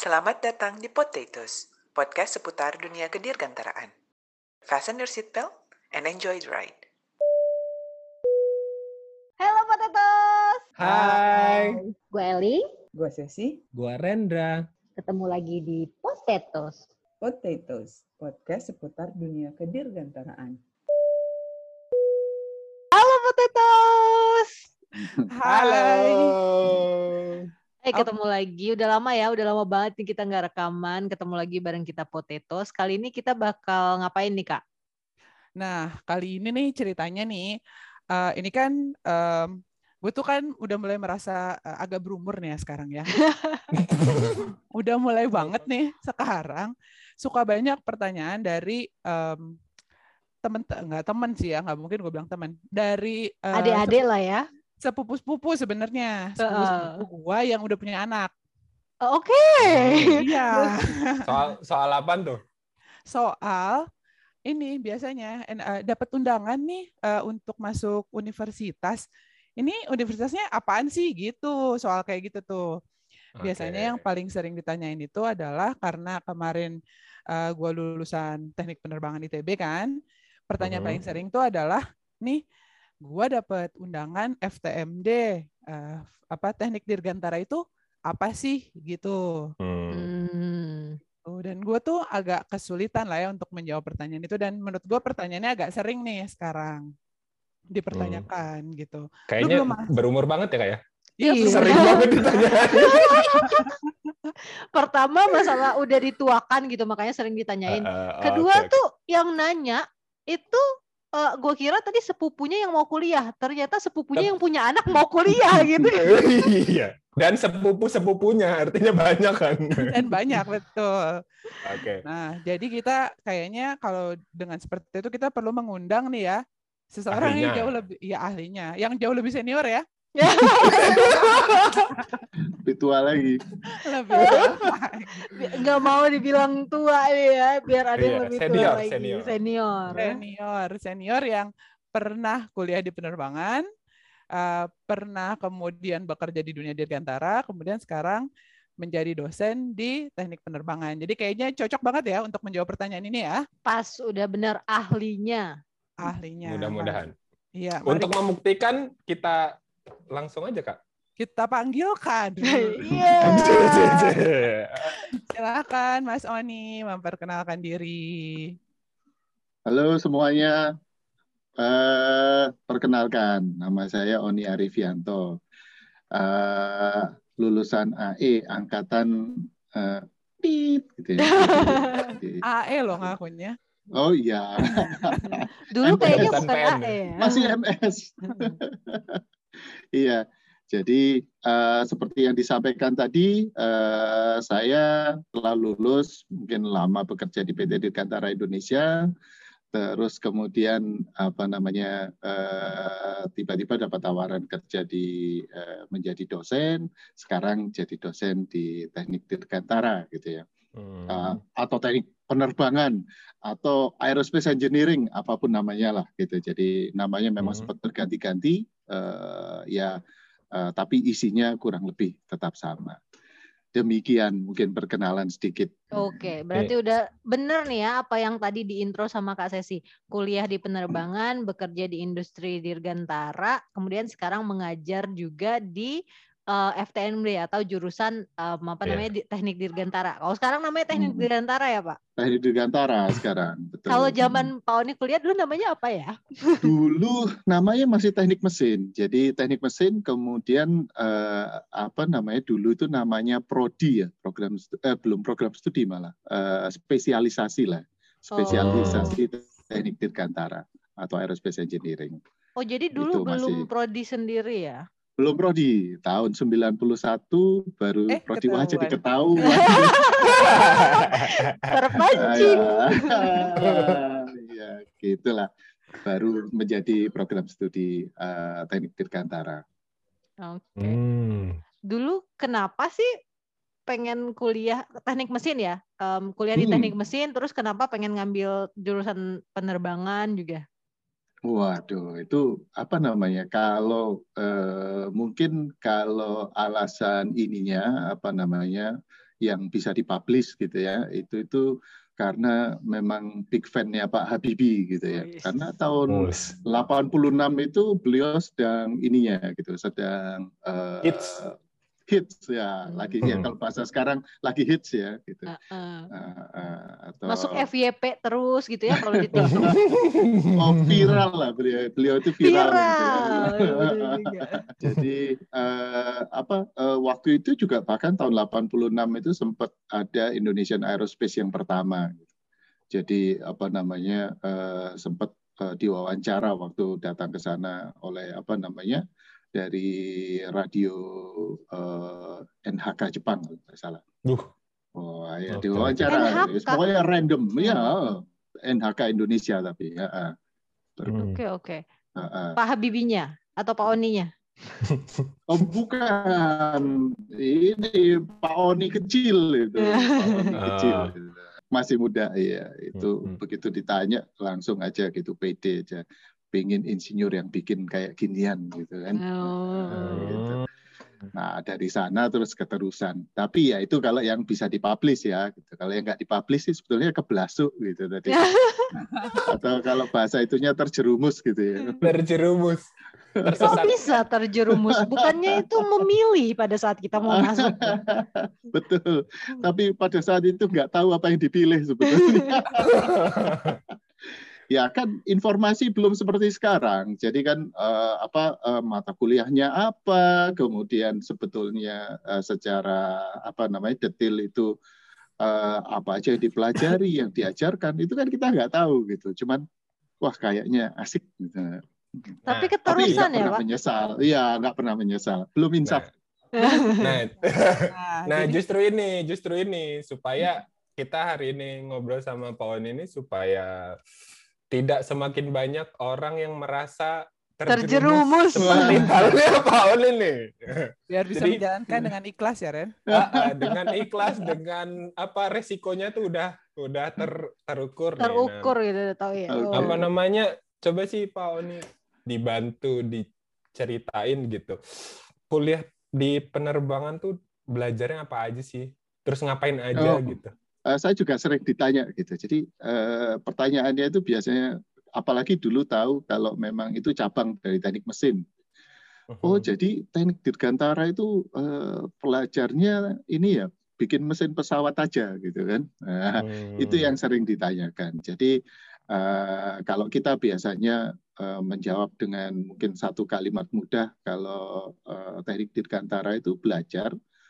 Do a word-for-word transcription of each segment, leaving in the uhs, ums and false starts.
Selamat datang di Potatoes, podcast seputar dunia kedirgantaraan. Fasten your seatbelt and enjoy the ride. Halo Potatoes. Hai. Gue Eli. Gue Sesi. Gua Rendra. Ketemu lagi di Potatoes. Potatoes, podcast seputar dunia kedirgantaraan. Halo Potatoes. Halo. Eh ketemu lagi, udah lama ya, udah lama banget nih kita nggak rekaman. Ketemu lagi bareng kita Potatoes. Kali ini kita bakal ngapain nih Kak? Nah, kali ini nih ceritanya nih, uh, ini kan um, gue tuh kan udah mulai merasa uh, agak berumur nih ya sekarang ya. Udah mulai banget nih sekarang. Suka banyak pertanyaan dari um, temen, nggak temen sih ya, nggak mungkin gue bilang temen. Dari uh, Adik-adik sepupu, lah ya. Sepupu-sepupu sebenarnya. Sepupu-sepupu gue yang udah punya anak. Oke. Okay. Iya. Soal soal apa tuh? Soal ini biasanya uh, dapat undangan nih uh, untuk masuk universitas. Ini universitasnya apaan sih gitu, soal kayak gitu tuh. Biasanya okay. Yang paling sering ditanyain itu adalah karena kemarin uh, gue lulusan teknik penerbangan I T B kan. Pertanyaan uh-huh. paling sering tuh adalah, nih gue dapat undangan F T M D, uh, apa teknik dirgantara itu apa sih gitu. Hmm. Dan gue tuh agak kesulitan lah ya untuk menjawab pertanyaan itu, dan menurut gue pertanyaannya agak sering nih sekarang dipertanyakan hmm. gitu. Kayaknya berumur banget ya Kak ya? Iya, iya. Sering banget ditanyain. Pertama masalah udah dituakan gitu, makanya sering ditanyain. Uh, uh, Kedua okay, tuh okay. yang nanya itu uh, gue kira tadi sepupunya yang mau kuliah, ternyata sepupunya Tep. yang punya anak mau kuliah gitu. Iya. Dan sepupu-sepupunya, artinya banyak kan. Dan banyak, betul. Oke. Okay. Nah, jadi kita kayaknya kalau dengan seperti itu kita perlu mengundang nih ya, seseorang ahlinya. yang jauh lebih, ya ahlinya, yang jauh lebih senior ya. Lebih tua lagi. Lebih tua. Nggak mau dibilang tua ya, biar ada yang iya, lebih senior, tua lagi. Senior. Senior. Senior, senior yang pernah kuliah di penerbangan, Uh, pernah kemudian bekerja di dunia dirgantara, kemudian sekarang menjadi dosen di teknik penerbangan. Jadi kayaknya cocok banget ya untuk menjawab pertanyaan ini ya. Pas, udah benar ahlinya. Ahlinya. Mudah-mudahan. Iya. Untuk mari. membuktikan kita langsung aja Kak. Kita panggilkan. Iya. Silakan Mas Oni memperkenalkan diri. Halo semuanya. Uh, perkenalkan, nama saya Oni Arifianto, uh, lulusan A E angkatan uh, pit, gitu ya. A E loh ngakunya. Oh iya. Dulu kayaknya bukan A E. Masih M S. Iya. Jadi uh, seperti yang disampaikan tadi, uh, saya telah lulus, mungkin lama bekerja di P T Dirgantara Indonesia. Terus kemudian apa namanya uh, tiba-tiba dapat tawaran kerja di uh, menjadi dosen, sekarang jadi dosen di teknik dirgantara gitu ya, hmm. uh, atau teknik penerbangan atau aerospace engineering apapun namanya lah gitu. Jadi namanya memang hmm. sempat berganti-ganti uh, ya, uh, tapi isinya kurang lebih tetap sama. Demikian mungkin perkenalan sedikit. Oke, berarti udah bener nih ya apa yang tadi di intro sama Kak Sesi. Kuliah di penerbangan, bekerja di industri dirgantara, kemudian sekarang mengajar juga di uh, F T M D atau jurusan um, apa namanya yeah. teknik dirgantara. Kalau sekarang namanya teknik hmm. dirgantara ya Pak? Teknik dirgantara sekarang. Betul. Kalau zaman Pak Oni kuliah dulu namanya apa ya? Dulu namanya masih teknik mesin. Jadi teknik mesin kemudian uh, apa namanya dulu itu namanya prodi ya, program eh, belum program studi malah uh, spesialisasi lah, spesialisasi oh. teknik dirgantara atau aerospace engineering. Oh jadi dulu itu belum masih... prodi sendiri ya? Belum prodi, tahun sembilan puluh satu baru eh, prodi. Wah jadi ketahuan. Terpancing. Ya, gitulah. Baru menjadi program studi uh, teknik dirgantara. Oke. Okay. Hmm. Dulu kenapa sih pengen kuliah teknik mesin ya? Um, kuliah di teknik hmm. mesin, terus kenapa pengen ngambil jurusan penerbangan juga? Waduh, itu apa namanya? Kalau eh, mungkin kalau alasan ininya apa namanya? yang bisa dipublish gitu ya. Itu itu karena memang big fan-nya Pak Habibie gitu ya. Wis. Karena tahun Mus. delapan puluh enam itu beliau sedang ininya gitu, sedang uh, Hits. hits ya, Hmm. lagi ya Hmm. kalau bahasa sekarang lagi hits ya gitu. Uh-uh. Uh, uh, atau Masuk F Y P terus gitu ya kalau di TikTok. oh viral lah beliau, beliau itu viral. Viral. Gitu ya. Bener juga. Jadi uh, apa uh, waktu itu juga bahkan tahun delapan puluh enam itu sempat ada Indonesian Aerospace yang pertama. Jadi apa namanya uh, sempat uh, diwawancara waktu datang ke sana oleh apa namanya dari radio uh, N H K Jepang kalau tidak salah. Duh. Oh ya Oke. diwawancara, N H K? pokoknya random ya Hmm. N H K Indonesia tapi ya. Uh, Hmm. Oke oke. uh, uh. Pak Habibinya atau Pak Oninya? Oh bukan, ini Pak Oni kecil itu, Pak Oni kecil. Ah. Masih muda ya, itu Hmm. begitu ditanya langsung aja gitu pede aja. Pengen insinyur yang bikin kayak ginian gitu kan. Oh. Nah, gitu. Nah dari sana terus keterusan. Tapi ya itu kalau yang bisa dipublish ya. Gitu. Kalau yang nggak dipublish sih sebetulnya keblasuk gitu tadi. Atau kalau bahasa itunya terjerumus gitu ya. Terjerumus. Kok Tersesat. bisa terjerumus? Bukannya itu memilih pada saat kita mau masuk. Betul. Tapi pada saat itu nggak tahu apa yang dipilih sebetulnya. Ya kan informasi belum seperti sekarang. Jadi kan uh, apa uh, mata kuliahnya apa, kemudian sebetulnya uh, secara apa namanya detail itu uh, apa aja yang dipelajari, yang diajarkan itu kan kita nggak tahu gitu. Cuman wah kayaknya asik gitu. Tapi Nah, keterusan Tapi nggak ya pernah Pak. menyesal. Iya nggak pernah menyesal. Belum insaf. Nah, nah, Nah, nah jadi justru ini, justru ini supaya kita hari ini ngobrol sama Pak On ini supaya tidak semakin banyak orang yang merasa Terjerumus. terjerumus seperti halnya Pak On ini. biar bisa Jadi- menjalankan dengan ikhlas ya, Ren. Ah, ah, dengan ikhlas, dengan apa resikonya tuh udah udah ter, terukur nih. Nah, Terukur gitu tahu ya. Oke. Oh. apa namanya? Coba sih Pak Oni dibantu diceritain gitu. Kuliah di penerbangan tuh belajarnya apa aja sih? Terus ngapain aja Oh. gitu? Uh, saya juga sering ditanya gitu. Jadi uh, pertanyaannya itu biasanya, apalagi dulu tahu kalau memang itu cabang dari teknik mesin. Oh, jadi teknik dirgantara itu uh, pelajarnya ini ya bikin mesin pesawat aja gitu kan? Nah, Hmm. itu yang sering ditanyakan. Jadi uh, kalau kita biasanya uh, menjawab dengan mungkin satu kalimat mudah, kalau uh, teknik dirgantara itu belajar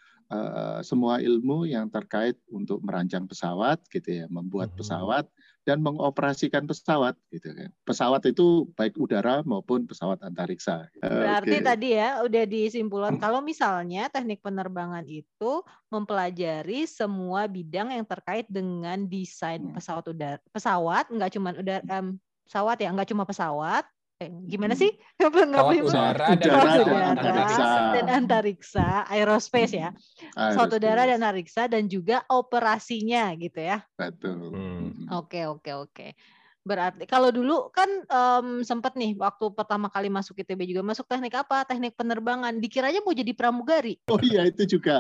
Uh, semua ilmu yang terkait untuk merancang pesawat gitu ya, membuat Mhm. pesawat dan mengoperasikan pesawat gitu kan. Pesawat itu baik udara maupun pesawat antariksa. Berarti Oke. tadi ya udah disimpulkan kalau misalnya teknik penerbangan itu mempelajari semua bidang yang terkait dengan desain Hmm. pesawat udara, pesawat nggak cuma udara, em, pesawat ya nggak cuma pesawat. Eh, gimana Hmm. sih? Nggak Pesawat boleh- udara dan Udara pesawat pesawat udara antariksa. dan antariksa, aerospace ya, pesawat Aerospace. udara dan antariksa dan juga operasinya gitu ya. Betul. Hmm. Hmm. Oke oke oke. Berarti kalau dulu kan em, sempat nih waktu pertama kali masuk I T B juga masuk teknik apa? Teknik penerbangan. Dikiranya mau jadi pramugari. Oh iya itu juga.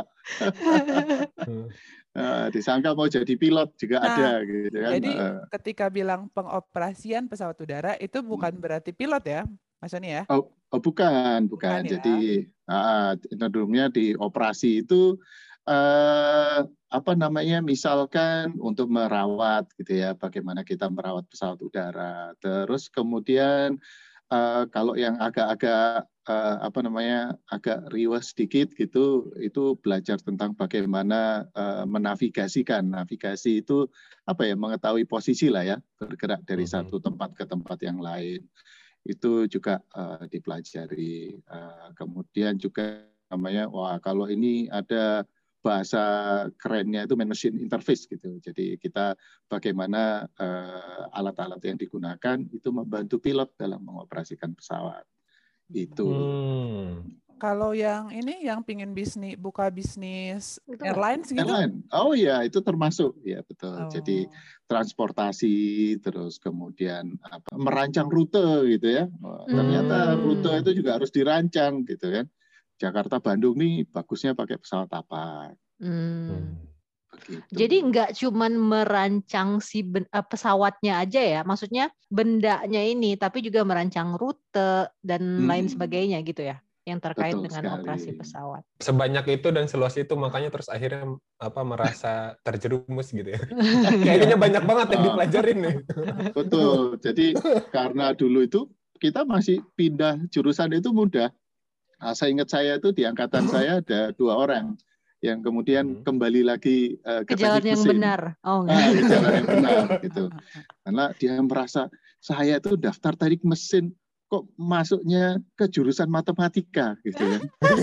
Hmm. Uh, disangka mau jadi pilot juga Nah, ada gitu kan. Jadi Uh, ketika bilang pengoperasian pesawat udara itu bukan berarti pilot ya, Mas Soni ya? Oh, oh bukan, Bukan bukan. ya. Jadi ah, cenderungnya di operasi itu eh, apa namanya? Misalkan untuk merawat gitu ya, bagaimana kita merawat pesawat udara. Terus kemudian eh, kalau yang agak-agak eh, apa namanya? Agak riwah sedikit gitu, itu belajar tentang bagaimana eh, menavigasikan. Navigasi itu apa ya? Mengetahui posisi lah ya, bergerak dari Mhm. satu tempat ke tempat yang lain. Itu juga uh, dipelajari. Uh, kemudian juga namanya, wah kalau ini ada bahasa kerennya itu machine interface gitu. Jadi kita bagaimana uh, alat-alat yang digunakan itu membantu pilot dalam mengoperasikan pesawat. Itu. Hmm. Kalau yang ini yang pingin bisnis buka bisnis Itu airlines gitu. Airline. Oh iya, itu termasuk. Ya betul. Oh. Jadi transportasi, terus kemudian apa, merancang rute gitu ya. Wah, ternyata Hmm. rute itu juga harus dirancang gitu kan. Jakarta Bandung nih bagusnya pakai pesawat apa? Hmm. Hmm. Begitu. Jadi nggak cuman merancang si ben- eh, pesawatnya aja ya, maksudnya bendanya ini, tapi juga merancang rute dan lain Hmm, sebagainya gitu ya, yang terkait betul dengan operasi sekali. pesawat. Sebanyak itu dan seluas itu makanya terus akhirnya apa merasa terjerumus gitu ya. Kayaknya banyak banget yang Ah, dipelajarin nih. betul. Jadi karena dulu itu kita masih pindah jurusan itu mudah. Nah, saya ingat saya itu di angkatan saya ada dua orang yang kemudian Mhm. kembali lagi eh, Ke ke jalan teknik yang mesin. benar. Oh Ah, enggak. ke jalan yang benar gitu. Karena dia merasa saya itu daftar teknik mesin kok masuknya ke jurusan matematika gitu kan.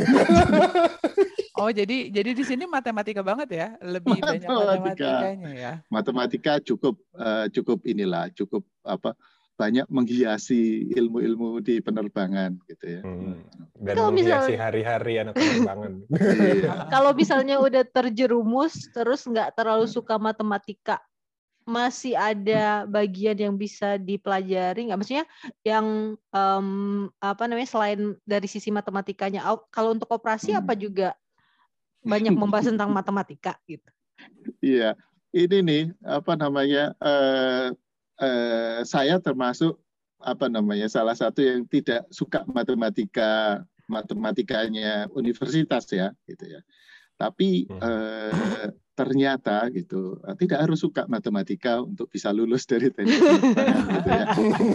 Oh, jadi jadi di sini matematika banget ya, lebih banyak Matematika. matematikanya ya. Matematika cukup eh, cukup inilah, cukup apa banyak menghiasi ilmu-ilmu di penerbangan gitu ya. Hmm. Dan Kalau menghiasi misal- hari-hari anak penerbangan. Iya. Kalau misalnya udah terjerumus terus nggak terlalu suka matematika, masih ada bagian yang bisa dipelajari nggak? Maksudnya yang em, apa namanya selain dari sisi matematikanya, au- kalau untuk operasi Hmm. apa juga banyak membahas tentang matematika gitu. Iya, ini nih apa namanya? Eh, eh, saya termasuk apa namanya salah satu yang tidak suka matematika matematikanya universitas ya, gitu ya. Tapi Hmm. eh, ternyata gitu tidak harus suka matematika untuk bisa lulus dari teknik penerbangan gitu ya.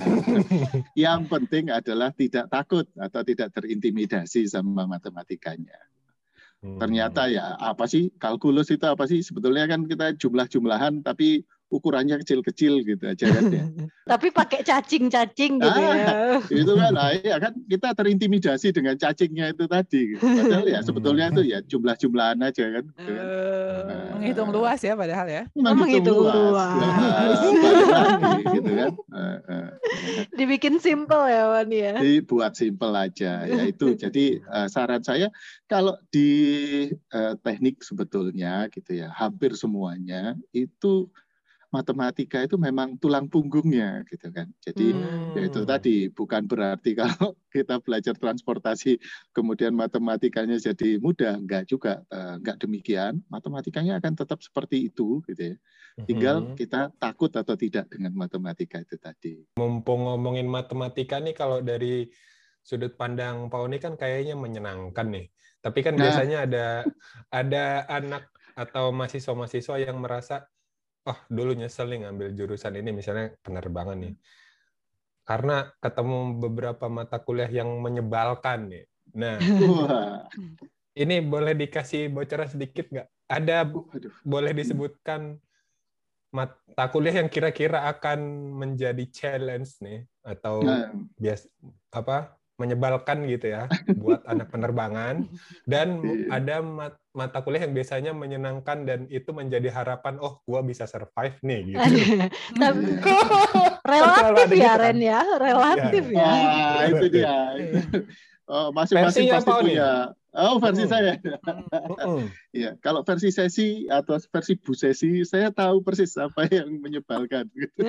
Yang penting adalah tidak takut atau tidak terintimidasi sama matematikanya. Ternyata ya apa sih kalkulus itu apa sih sebetulnya kan kita jumlah-jumlahan tapi ukurannya kecil-kecil gitu aja kan ya. Tapi pakai cacing-cacing gitu Ah, ya. itu kan nah, ya kan kita terintimidasi dengan cacingnya itu tadi gitu. Padahal ya sebetulnya itu ya jumlah-jumlahan aja kan. Gitu kan. Eh, Menghitung luas ya padahal ya. Menghitung menghitung luas. luas. Ah, balik lagi gitu kan. Ah, ah. Dibikin simple ya Wan ya. Dibuat simpel aja ya itu. Jadi uh, saran saya kalau di uh, teknik sebetulnya gitu ya hampir semuanya itu matematika itu memang tulang punggungnya gitu kan. Jadi Hmm. ya itu tadi bukan berarti kalau kita belajar transportasi kemudian matematikanya jadi mudah, enggak juga, uh, enggak demikian. Matematikanya akan tetap seperti itu gitu ya. Tinggal kita takut atau tidak dengan matematika itu tadi. Mumpung ngomongin matematika nih kalau dari sudut pandang Pak Oni kan kayaknya menyenangkan nih. Tapi kan Nah. biasanya ada ada anak atau mahasiswa-mahasiswa yang merasa oh dulu nyesel nih ngambil jurusan ini misalnya penerbangan nih. Karena ketemu beberapa mata kuliah yang menyebalkan nih. Nah, Wah. ini boleh dikasih bocoran sedikit nggak? Ada Waduh. boleh disebutkan mata kuliah yang kira-kira akan menjadi challenge nih atau Nah. bias apa menyebalkan gitu ya buat anak penerbangan dan Iya. ada mat- mata kuliah yang biasanya menyenangkan dan itu menjadi harapan oh gua bisa survive nih gitu. Tapi Selalu relatif ada ya gitu kan. Ren ya, relatif ya. Ah, itu dia. Oh, masing-masing Versinya pasti apa nih? punya. Oh, versi Hmm. saya. Mm-mm. Iya, kalau versi sesi atau versi Bu Sesi, saya tahu persis apa yang menyebalkan. Gitu.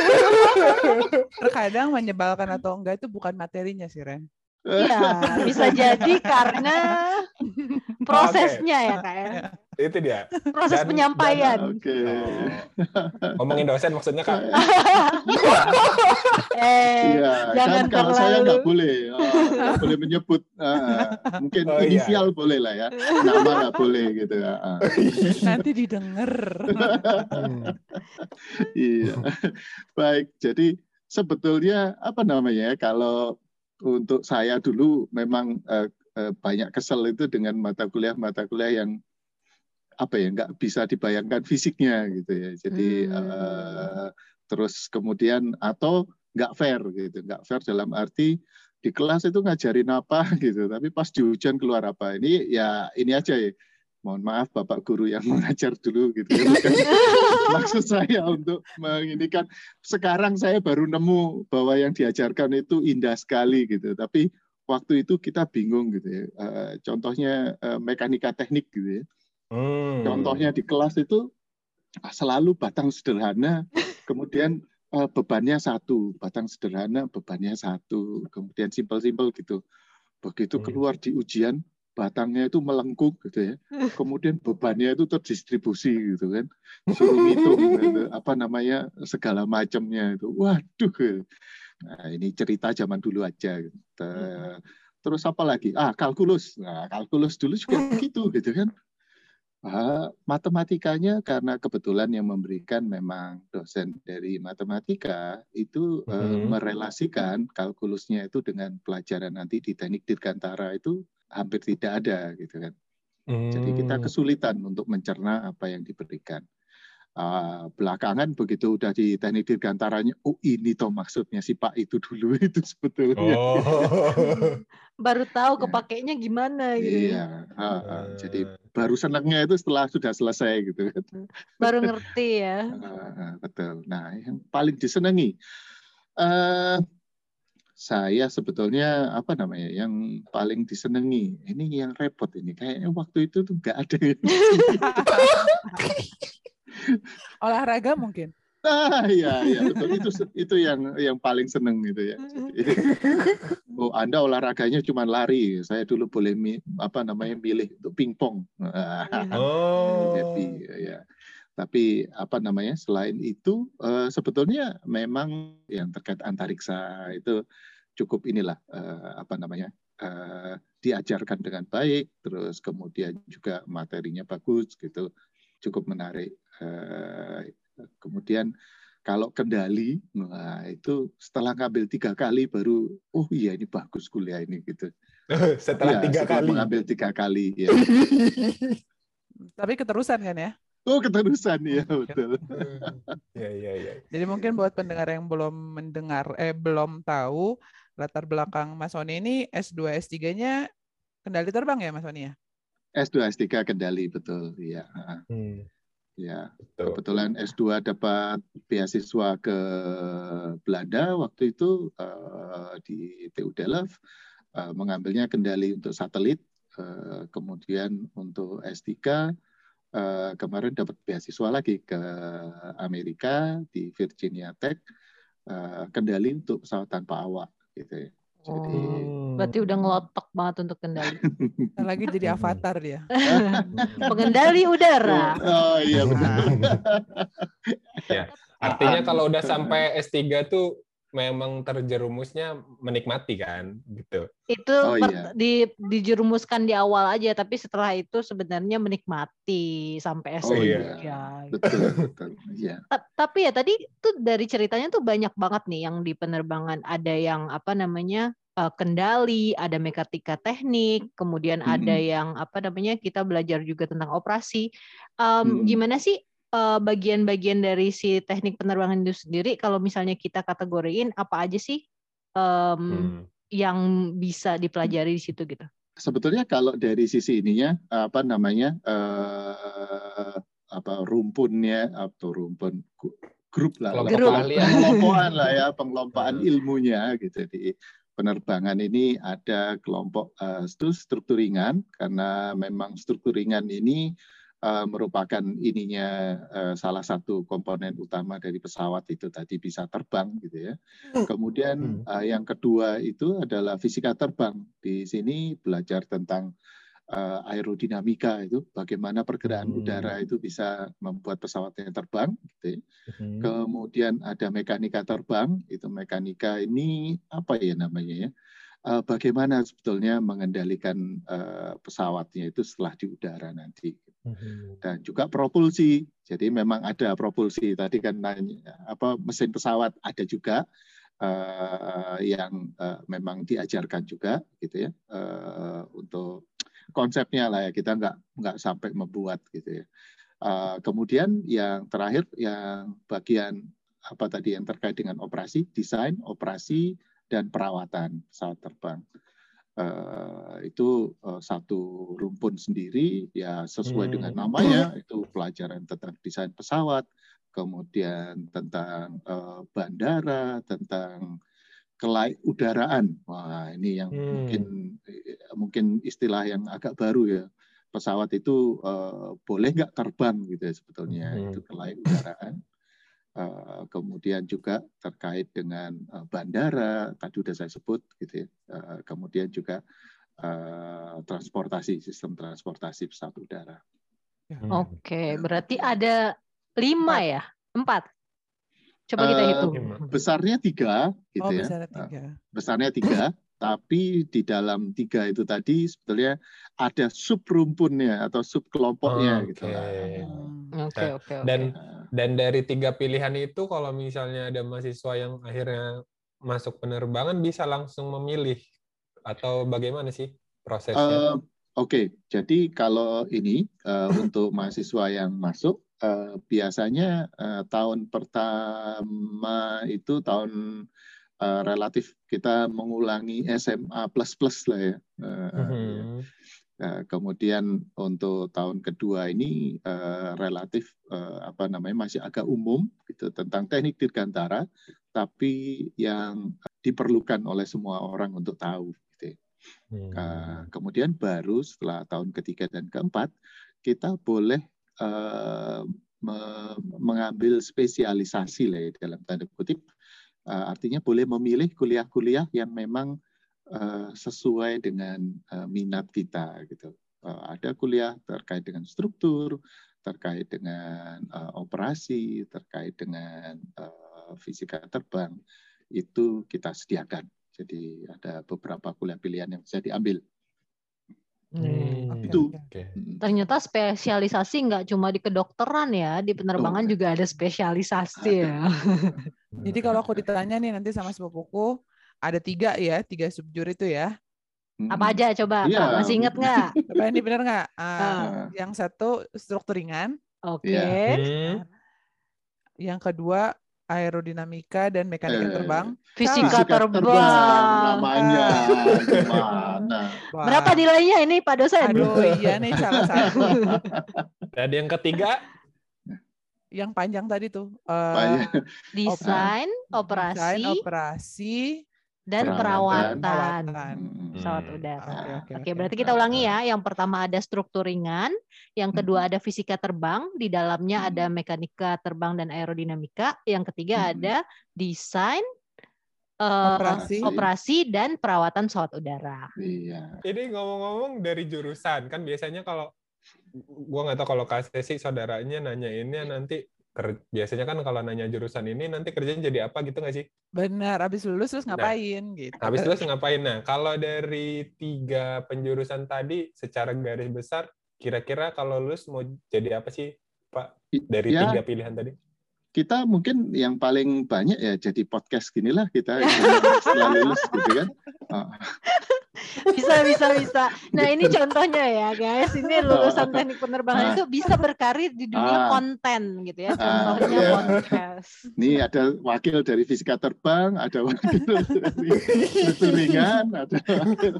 Terkadang menyebalkan atau enggak itu bukan materinya sih, Ren. Iya, bisa jadi karena prosesnya ya Kak ya. Itu dia. Proses Dan- penyampaian. Oke. Oh. Ngomongin dosen maksudnya Kak. eh, Iya, jangan kan kalau saya terlalu- nggak boleh, oh, nggak boleh menyebut. Ah, mungkin Oh, iya. inisial boleh lah ya, nama nggak boleh gitu. Ah. Nanti didengar. Hmm. Iya, baik. Jadi sebetulnya apa namanya ya, kalau untuk saya dulu memang eh, eh, banyak kesel itu dengan mata kuliah-mata kuliah yang apa ya nggak bisa dibayangkan fisiknya gitu ya. Jadi Hmm. eh, terus kemudian atau nggak fair gitu, nggak fair dalam arti di kelas itu ngajarin apa gitu, tapi pas di ujian keluar apa. Ini ya ini aja ya. Mohon maaf Bapak Guru yang mengajar dulu gitu ya. Bukan maksud saya untuk menginikan. Sekarang saya baru nemu bahwa yang diajarkan itu indah sekali gitu. Tapi waktu itu kita bingung gitu ya. Uh, contohnya uh, mekanika teknik gitu ya. Hmm. Contohnya di kelas itu selalu batang sederhana, kemudian uh, bebannya satu. Batang sederhana, bebannya satu. Kemudian simpel-simpel gitu. Begitu keluar di ujian, batangnya itu melengkung gitu ya. Kemudian bebannya itu terdistribusi gitu kan. Suruh ngitung gitu, apa namanya segala macamnya itu. Waduh. Nah, ini cerita zaman dulu aja gitu. Terus apa lagi? Ah, kalkulus. Nah, kalkulus dulu juga begitu gitu kan. Ah, matematikanya karena kebetulan yang memberikan memang dosen dari matematika itu Mm-hmm. eh, merelasikan kalkulusnya itu dengan pelajaran nanti di teknik dirgantara itu hampir tidak ada gitu kan. Mm. Jadi kita kesulitan untuk mencerna apa yang diberikan. Uh, belakangan begitu udah di teknik dirgantaranya, oh ini toh maksudnya si Pak itu dulu itu sebetulnya. Oh. Baru tahu Ya. kepakainya gimana gitu. Iya, uh, uh, jadi baru senangnya itu setelah sudah selesai gitu kan. Baru ngerti ya. Uh, uh, betul. Nah, yang paling disenangi, uh, saya sebetulnya apa namanya, yang paling disenangi, ini yang repot ini, kayaknya waktu itu tuh nggak ada. Olahraga mungkin. Nah, iya, iya betul. Itu itu yang yang paling seneng gitu ya. Jadi, oh, Anda olahraganya cuma lari. Saya dulu boleh mi, apa namanya milih untuk pingpong. Oh. Happy ya. Tapi apa namanya selain itu uh, sebetulnya memang yang terkait antariksa itu cukup inilah uh, apa namanya uh, diajarkan dengan baik. Terus kemudian juga materinya bagus gitu. Cukup menarik. Uh, kemudian kalau kendali, nah itu setelah ngambil tiga kali baru, oh iya ini bagus kuliah ini gitu. Setelah ya, tiga setelah kali. mengambil tiga kali. Ya. Tapi keterusan kan ya? Oh keterusan ya betul. Ya ya ya. Jadi mungkin buat pendengar yang belum mendengar, eh belum tahu latar belakang Mas Sony ini S dua S tiga-nya kendali terbang ya Mas Sony ya? S dua S tiga kendali betul, ya. Hmm. Ya, Betul. kebetulan S dua dapat beasiswa ke Belanda waktu itu uh, di T U Delft, uh, mengambilnya kendali untuk satelit, uh, kemudian untuk S tiga uh, kemarin dapat beasiswa lagi ke Amerika di Virginia Tech, uh, kendali untuk pesawat tanpa awak gitu ya. Jadi Oh, berarti udah ngelotok banget untuk kendali. Lagi jadi avatar dia. Pengendali udara. Oh iya benar. Ya, artinya kalau udah sampai S tiga tuh memang terjerumusnya menikmati kan, gitu. Itu Oh, iya. di, dijerumuskan di awal aja, tapi setelah itu sebenarnya menikmati sampai S tiga. Oh iya, Ya. betul, betul. Iya. Tapi ya tadi tuh dari ceritanya tuh banyak banget nih yang di penerbangan. Ada yang apa namanya kendali, ada mekanika teknik, kemudian Mm-hmm. ada yang apa namanya kita belajar juga tentang operasi. Um, Mm-hmm. Gimana sih bagian-bagian dari si teknik penerbangan itu sendiri, kalau misalnya kita kategoriin apa aja sih um, hmm. yang bisa dipelajari di situ gitu? Sebetulnya kalau dari sisi ininya apa namanya uh, apa rumpunnya atau rumpun grup lah, pengelompokan lah ya, pengelompaan ilmunya gitu di penerbangan ini ada kelompok uh, struktur ringan, karena memang struktur ringan ini Uh, merupakan ininya uh, salah satu komponen utama dari pesawat itu tadi bisa terbang gitu ya. Kemudian uh, yang kedua itu adalah fisika terbang. Di sini belajar tentang uh, aerodinamika itu, bagaimana pergerakan hmm. udara itu bisa membuat pesawatnya terbang gitu ya. Hmm. Kemudian ada mekanika terbang, itu mekanika ini apa ya namanya ya? Uh, bagaimana sebetulnya mengendalikan uh, pesawatnya itu setelah di udara nanti. Dan juga propulsi. Jadi memang ada propulsi. Tadi kan nanya, apa mesin pesawat ada juga uh, yang uh, memang diajarkan juga gitu ya. Uh, untuk konsepnya lah ya, kita nggak nggak sampai membuat gitu ya. Uh, kemudian yang terakhir yang bagian apa tadi yang terkait dengan operasi, desain, operasi dan perawatan pesawat terbang. Uh, itu uh, satu rumpun sendiri ya sesuai hmm. dengan namanya, itu pelajaran tentang desain pesawat, kemudian tentang uh, bandara, tentang kelaik udaraan. Wah ini yang hmm. mungkin mungkin istilah yang agak baru ya, pesawat itu uh, boleh nggak terbang gitu ya sebetulnya, hmm. itu kelaik udaraan. Uh, kemudian juga terkait dengan uh, bandara, tadi sudah saya sebut gitu ya. Uh, kemudian juga uh, transportasi, sistem transportasi pesawat udara. Oke, berarti ada lima ya? Empat? Coba kita Uh, hitung. Besarnya tiga, gitu Oh, ya. besarnya tiga. Uh, besarnya tiga, tapi di dalam tiga itu tadi sebetulnya ada sub rumpunnya atau sub kelompoknya, Oke. gitu lah. Oke, oke, oke. Dan dan dari tiga pilihan itu, kalau misalnya ada mahasiswa yang akhirnya masuk penerbangan, bisa langsung memilih atau bagaimana sih prosesnya? Uh, Oke, okay. Jadi kalau ini uh, untuk mahasiswa yang masuk, uh, biasanya uh, tahun pertama itu tahun uh, relatif kita mengulangi S M A plus plus lah ya. Uh, mm-hmm. ya. Uh, kemudian untuk tahun kedua ini uh, relatif uh, apa namanya masih agak umum gitu tentang teknik dirgantara, tapi yang diperlukan oleh semua orang untuk tahu. Uh, kemudian baru setelah tahun ketiga dan keempat kita boleh uh, me- mengambil spesialisasi lah ya, dalam tanda kutip, uh, artinya boleh memilih kuliah-kuliah yang memang uh, sesuai dengan uh, minat kita gitu. Uh, ada kuliah terkait dengan struktur, terkait dengan uh, operasi, terkait dengan uh, fisika terbang, itu kita sediakan. Jadi ada beberapa kuliah pilihan yang bisa diambil. Hmm. Okay, Itu. okay. Ternyata spesialisasi nggak cuma di kedokteran ya, di penerbangan oh, juga ada spesialisasi ada. Ya. Jadi kalau aku ditanya nih nanti sama sepupuku, ada tiga ya, tiga subjur itu ya. Apa aja coba, iya. Kak? Masih ingat nggak? Apa ini benar nggak? Uh, uh. Yang satu struktur ringan. Oke. Okay. Hmm. Yang kedua aerodinamika dan mekanika terbang. Fisika terbang. terbang namanya gimana? Berapa nilainya ini Pak dosen? Aduh iya nih salah satu. Dan yang ketiga? Yang panjang tadi tuh. Uh, desain, operasi, desain, operasi, dan perawatan, perawatan. pesawat udara. Oke, Oke, oke, oke, oke. berarti kita ulangi ya. Yang pertama ada struktur ringan, yang kedua ada fisika terbang, di dalamnya ada mekanika terbang dan aerodinamika, yang ketiga ada desain, uh, operasi. operasi dan perawatan pesawat udara. Iya. Ini ngomong-ngomong dari jurusan, kan biasanya kalau gua nggak tahu kalau Kak Sesi saudaranya nanyainnya nanti biasanya kan kalau nanya jurusan ini nanti kerjanya jadi apa gitu nggak sih? Benar, habis lulus terus ngapain nah, gitu. Habis lulus ngapain? Nah, kalau dari tiga penjurusan tadi secara garis besar, kira-kira kalau lulus mau jadi apa sih, Pak? Dari ya, tiga pilihan tadi? Kita mungkin yang paling banyak ya jadi podcast ginilah kita setelah lulus gitu kan. Oh. Bisa, bisa, bisa. Nah ini contohnya ya guys, ini lulusan teknik penerbangan itu bisa berkarir di dunia ah, konten gitu ya. Contohnya ah, podcast. Nih ada wakil dari fisika terbang, ada wakil dari struktur ringan, ada wakil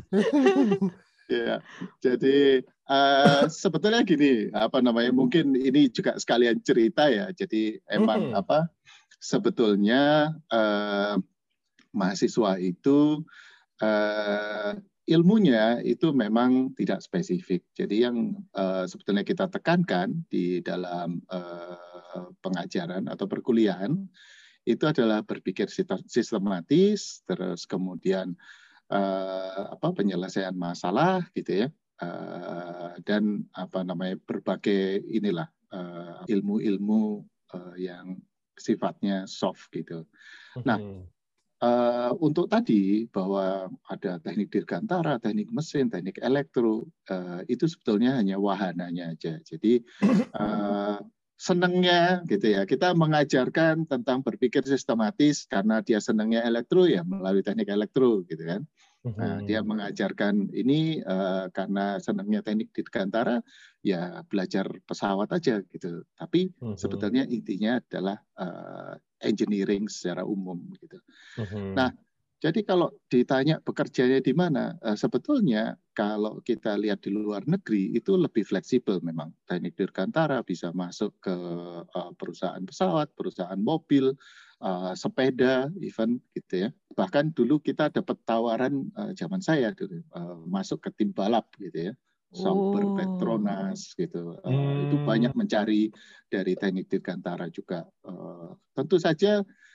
ya. Jadi uh, sebetulnya gini, apa namanya? Mungkin ini juga sekalian cerita ya. Jadi emang hmm. apa? Sebetulnya uh, mahasiswa itu Uh, ilmunya itu memang tidak spesifik. Jadi yang uh, sebetulnya kita tekankan di dalam uh, pengajaran atau perkuliahan itu adalah berpikir sistematis, terus kemudian uh, apa penyelesaian masalah gitu ya, uh, dan apa namanya berbagai inilah uh, ilmu-ilmu uh, yang sifatnya soft gitu. Nah. Uh, untuk tadi bahwa ada teknik dirgantara, teknik mesin, teknik elektro, uh, itu sebetulnya hanya wahananya aja. Jadi uh, senangnya gitu ya, kita mengajarkan tentang berpikir sistematis karena dia senangnya elektro ya melalui teknik elektro gitu kan. Nah, dia mengajarkan ini uh, karena senangnya teknik dirgantara ya belajar pesawat aja gitu. Tapi uh-huh. sebetulnya intinya adalah uh, engineering secara umum gitu. Uh-huh. Nah, jadi kalau ditanya bekerjanya di mana, uh, sebetulnya kalau kita lihat di luar negeri itu lebih fleksibel memang. Teknik dirgantara bisa masuk ke uh, perusahaan pesawat, perusahaan mobil, uh, sepeda, even gitu ya. Bahkan dulu kita dapat tawaran uh, zaman saya dulu uh, masuk ke tim balap gitu ya. Sauber, oh. Petronas gitu, uh, hmm. itu banyak mencari dari teknik dirgantara juga. Uh, tentu saja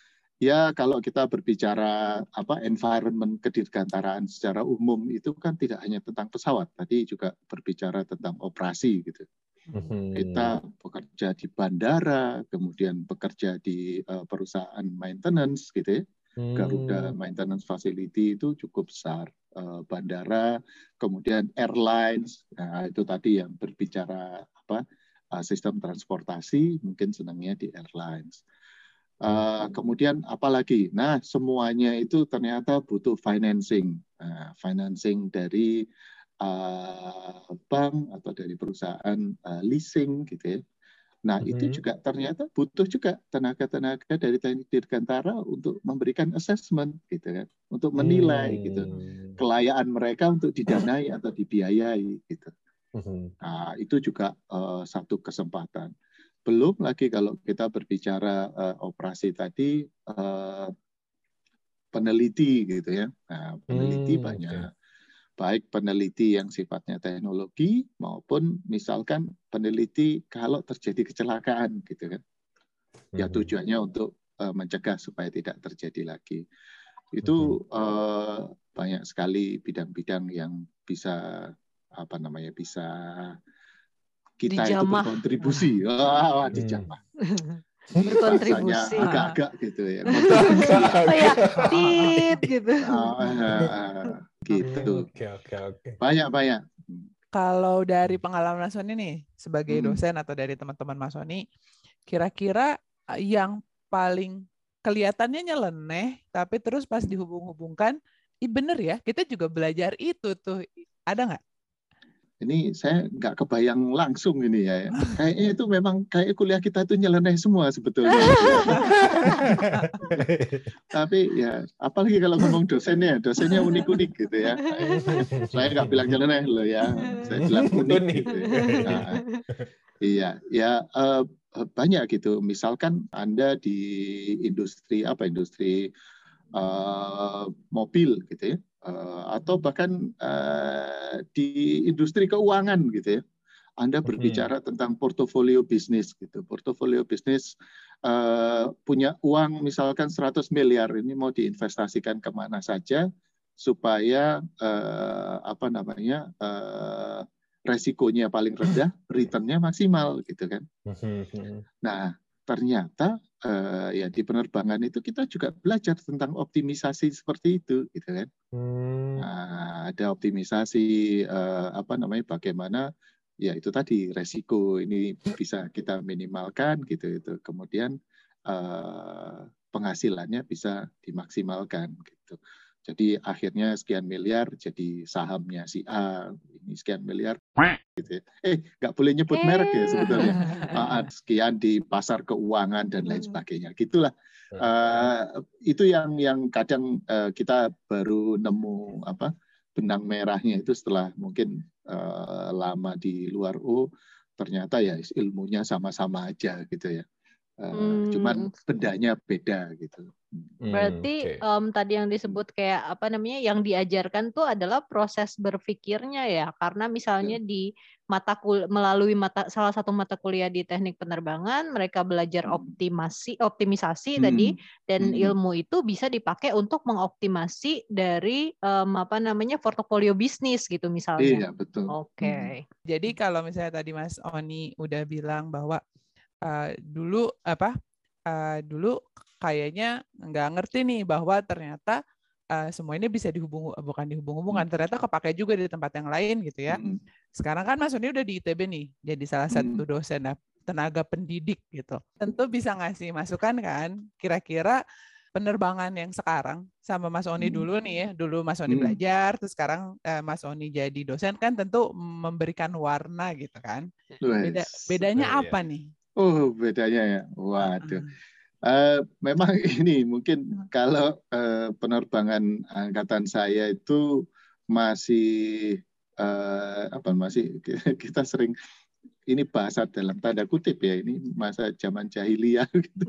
Ya, kalau kita berbicara apa environment kedirgantaraan secara umum itu kan tidak hanya tentang pesawat, tadi juga berbicara tentang operasi gitu. Mhm. Kita bekerja di bandara, kemudian bekerja di uh, perusahaan maintenance gitu ya. Garuda Hmm. Maintenance Facility itu cukup besar. Uh, bandara, kemudian airlines, nah, itu tadi yang berbicara apa uh, sistem transportasi, mungkin senangnya di airlines. Uh, kemudian apalagi, nah semuanya itu ternyata butuh financing, nah, financing dari uh, bank atau dari perusahaan uh, leasing gitu ya. Nah Mhm. itu juga ternyata butuh juga tenaga-tenaga dari teknik dirgantara untuk memberikan assessment gitu kan, untuk menilai gitu Hmm. kelayaan mereka untuk didanai atau dibiayai gitu. Mhm. Nah itu juga uh, satu kesempatan. Belum lagi kalau kita berbicara uh, operasi tadi, uh, peneliti gitu ya. Nah, peneliti Hmm, banyak, oke. baik peneliti yang sifatnya teknologi maupun misalkan peneliti kalau terjadi kecelakaan gitu kan. Ya Mhm. tujuannya untuk uh, mencegah supaya tidak terjadi lagi. Mhm. Itu uh, banyak sekali bidang-bidang yang bisa apa namanya bisa kita itu Dijamah. berkontribusi. Wah, Hmm. dijamah. Bahasanya Berkontribusi. agak-agak gitu ya, kontribusi lah. Oh ya, tit gitu. Ah, gitu. Oke, oke, oke. Banyak-banyak. Kalau dari pengalaman Mas Sony nih, sebagai Hmm. dosen atau dari teman-teman Mas Sony, kira-kira yang paling kelihatannya nyeleneh, tapi terus pas dihubung-hubungkan, ih bener ya, kita juga belajar itu tuh. Ada nggak? Ini saya nggak kebayang langsung ini ya. Kayaknya itu memang kayak kuliah kita itu nyeleneh semua sebetulnya. Tapi ya, apalagi kalau ngomong dosennya, dosennya unik-unik gitu ya. Saya nggak bilang nyeleneh loh ya, saya bilang unik gitu ya. Nah, iya, ya uh, banyak gitu. Misalkan Anda di industri apa industri uh, mobil gitu ya. Uh, atau bahkan uh, di industri keuangan gitu ya, Anda berbicara hmm. tentang portofolio bisnis gitu, portofolio bisnis uh, punya uang misalkan seratus miliar ini mau diinvestasikan kemana saja supaya uh, apa namanya uh, resikonya paling rendah, returnnya maksimal gitu kan. Nah ternyata uh, ya di penerbangan itu kita juga belajar tentang optimisasi seperti itu gitu kan. Hmm. Nah, ada optimisasi uh, apa namanya bagaimana ya itu tadi resiko ini bisa kita minimalkan gitu itu. Kemudian uh, penghasilannya bisa dimaksimalkan gitu. Jadi akhirnya sekian miliar jadi sahamnya si A, ini sekian miliar gitu ya. Eh nggak boleh nyebut eh. merek ya sebetulnya. Uh, sekian di pasar keuangan dan lain sebagainya. Gitulah. Uh, itu yang yang kadang uh, kita baru nemu apa benang merahnya itu setelah mungkin uh, lama di luar. Oh ternyata ya ilmunya sama-sama aja gitu ya. Uh, hmm. Cuman bendanya beda gitu. Berarti hmm, okay. um, tadi yang disebut kayak apa namanya yang diajarkan tuh adalah proses berpikirnya ya, karena misalnya yeah. di mata kul melalui mata salah satu mata kuliah di teknik penerbangan mereka belajar hmm. optimasi optimisasi hmm. tadi dan hmm. ilmu itu bisa dipakai untuk mengoptimasi dari um, apa namanya portofolio bisnis gitu misalnya. Iya betul. Oke. Okay. Hmm. Jadi kalau misalnya tadi Mas Oni udah bilang bahwa uh, dulu apa uh, dulu kayaknya nggak ngerti nih bahwa ternyata uh, semua ini bisa dihubung bukan dihubung-hubungkan, ternyata kepakai juga di tempat yang lain gitu ya. Hmm. Sekarang kan Mas Oni udah di I T B nih, jadi salah satu dosen tenaga pendidik gitu. Tentu bisa ngasih masukan kan, kira-kira penerbangan yang sekarang sama Mas Oni hmm. dulu nih ya, dulu Mas Oni hmm. belajar, terus sekarang uh, Mas Oni jadi dosen kan tentu memberikan warna gitu kan. Beda, bedanya oh, apa iya. nih? Oh bedanya ya, waduh. Uh-uh. Uh, memang ini mungkin kalau uh, penerbangan angkatan saya itu masih uh, apa masih kita sering ini bahasa dalam tanda kutip ya ini masa zaman jahiliyah gitu.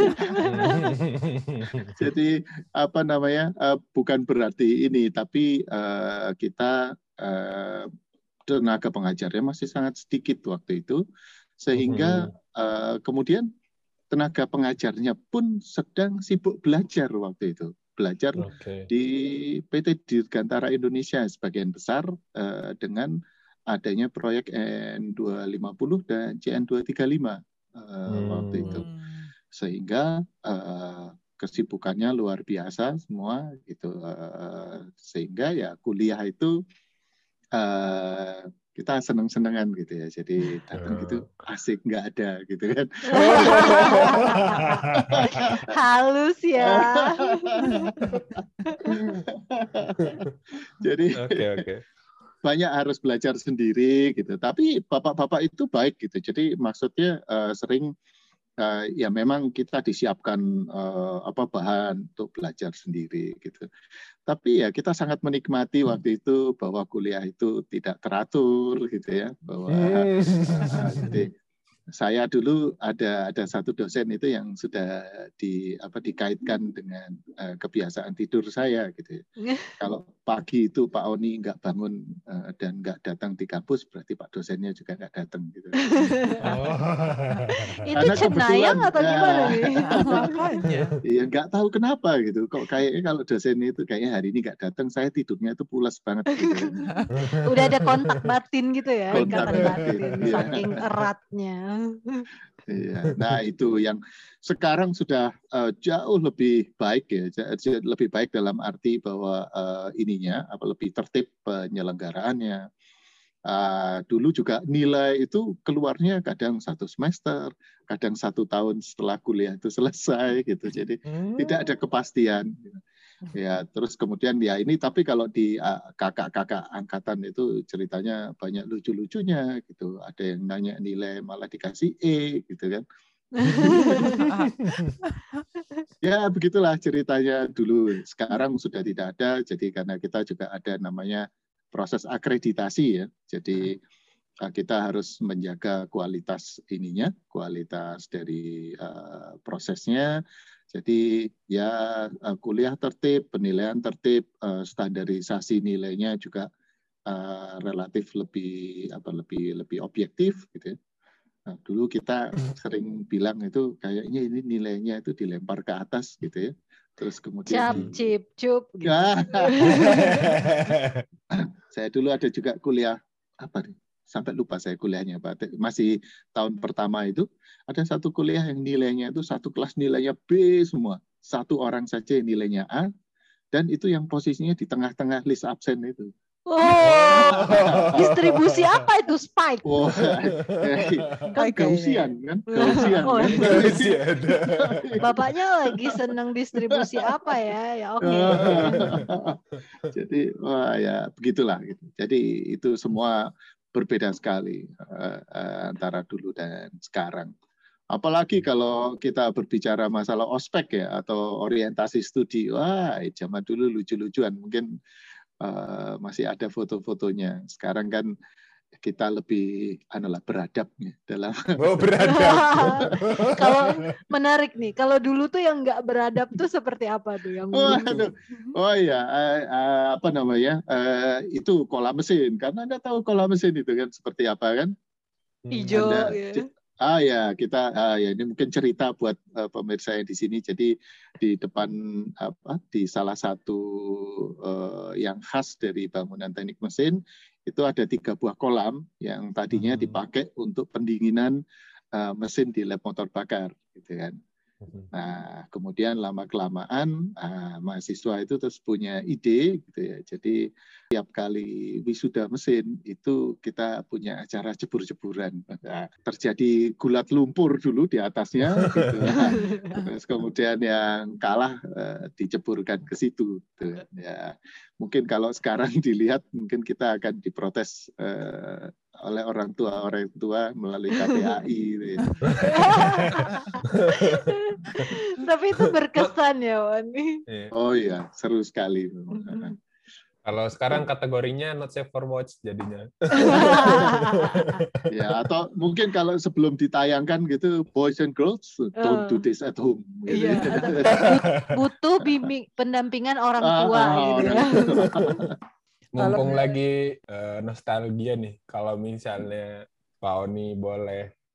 Jadi apa namanya uh, bukan berarti ini tapi uh, kita uh, tenaga pengajarnya masih sangat sedikit waktu itu sehingga uh, kemudian tenaga pengajarnya pun sedang sibuk belajar waktu itu. Belajar Oke. di P T Dirgantara Indonesia sebagian besar uh, dengan adanya proyek N dua ratus lima puluh dan C N dua ratus tiga puluh lima uh, Hmm. waktu itu. Sehingga uh, kesibukannya luar biasa semua gitu. Uh, sehingga ya kuliah itu uh, kita seneng-senengan gitu ya. Jadi datang gitu asik, nggak ada gitu kan. Halus ya. Jadi Oke, oke. banyak harus belajar sendiri gitu. Tapi bapak-bapak itu baik gitu. Jadi maksudnya uh, sering uh, ya memang kita disiapkan uh, apa bahan untuk belajar sendiri gitu. Tapi ya kita sangat menikmati waktu itu bahwa kuliah itu tidak teratur gitu ya, bahwa uh, jadi saya dulu ada ada satu dosen itu yang sudah di apa dikaitkan dengan uh, kebiasaan tidur saya gitu ya. Kalau pagi itu Pak Oni nggak bangun uh, dan nggak datang di kampus, berarti Pak dosennya juga nggak datang gitu. Oh. Itu Karena cenayang kebetulan, atau ya, gimana nih? Makanya. Iya nggak tahu kenapa gitu. Kok kayaknya kalau dosen itu kayaknya hari ini nggak datang, saya tidurnya itu pulas banget gitu. Udah ada kontak batin gitu ya, Kontak ikatan batin, batin, iya. saking eratnya. Iya, nah itu yang sekarang sudah uh, jauh lebih baik ya, j- lebih baik dalam arti bahwa uh, ininya apa lebih tertib penyelenggaraannya. Uh, dulu juga nilai itu keluarnya kadang satu semester, kadang satu tahun setelah kuliah itu selesai gitu, jadi Hmm. tidak ada kepastian. Ya, terus kemudian ya ini tapi kalau di uh, kakak-kakak angkatan itu ceritanya banyak lucu-lucunya gitu. Ada yang nanya nilai malah dikasih E gitu kan. Ya, begitulah ceritanya dulu. Sekarang sudah tidak ada, jadi karena kita juga ada namanya proses akreditasi ya. Jadi uh, kita harus menjaga kualitas ininya, kualitas dari uh, prosesnya. Jadi ya kuliah tertib, penilaian tertib, standarisasi nilainya juga uh, relatif lebih apa lebih lebih objektif gitu ya. Nah, dulu kita sering bilang itu kayaknya ini nilainya itu dilempar ke atas gitu ya. Terus kemudian Cap, di... cip, cup gitu. Ya. Saya dulu ada juga kuliah apa nih? Sampai lupa saya kuliahnya, Pak. Masih tahun pertama itu ada satu kuliah yang nilainya itu satu kelas nilainya B semua. Satu orang saja yang nilainya A, dan itu yang posisinya di tengah-tengah list absen itu. Oh, distribusi apa itu spike? Oh, kan Gaussian kan? Gaussian Oh, kan? Gaussian. Bapaknya lagi senang distribusi apa ya? Ya oke. Okay. Jadi wah ya begitulah gitu. Jadi itu semua berbeda sekali uh, uh, antara dulu dan sekarang. Apalagi kalau kita berbicara masalah ospek ya atau orientasi studi, wah zaman dulu lucu-lucuan. Mungkin uh, masih ada foto-fotonya. Sekarang kan kita lebih anulah beradab ya dalam oh, beradab. Kalau menarik nih, kalau dulu tuh yang nggak beradab tuh seperti apa tuh yang oh, lucu? oh iya uh, uh, apa namanya uh, itu kolam mesin karena Anda tahu kolam mesin itu kan seperti apa kan? Hijau Anda, ya. Ah ya kita ah, ya ini mungkin cerita buat uh, pemirsa yang di sini. Jadi di depan apa di salah satu uh, yang khas dari bangunan teknik mesin itu ada tiga buah kolam yang tadinya dipakai untuk pendinginan uh, mesin di lab motor bakar, gitu kan. Nah, kemudian lama-kelamaan uh, mahasiswa itu terus punya ide, gitu ya. Jadi tiap kali wisuda mesin itu kita punya acara jebur-jeburan. Nah, terjadi gulat lumpur dulu di atasnya, gitu. Nah, terus kemudian yang kalah uh, diceburkan ke situ. Gitu. Ya, mungkin kalau sekarang dilihat, mungkin kita akan diprotes uh, oleh orang tua orang tua melalui K P A I. Gitu ya. Tapi itu berkesan ya, Wan. Oh iya, seru sekali. Kalau sekarang kategorinya not safe for watch jadinya. Ya, atau mungkin kalau sebelum ditayangkan gitu, boys and girls don't do this at home. Gitu. Iya, butuh bimbing pendampingan orang tua ah, gitu orang ya. tua. Mumpung lagi uh, nostalgia nih, kalau misalnya Pak Oni boleh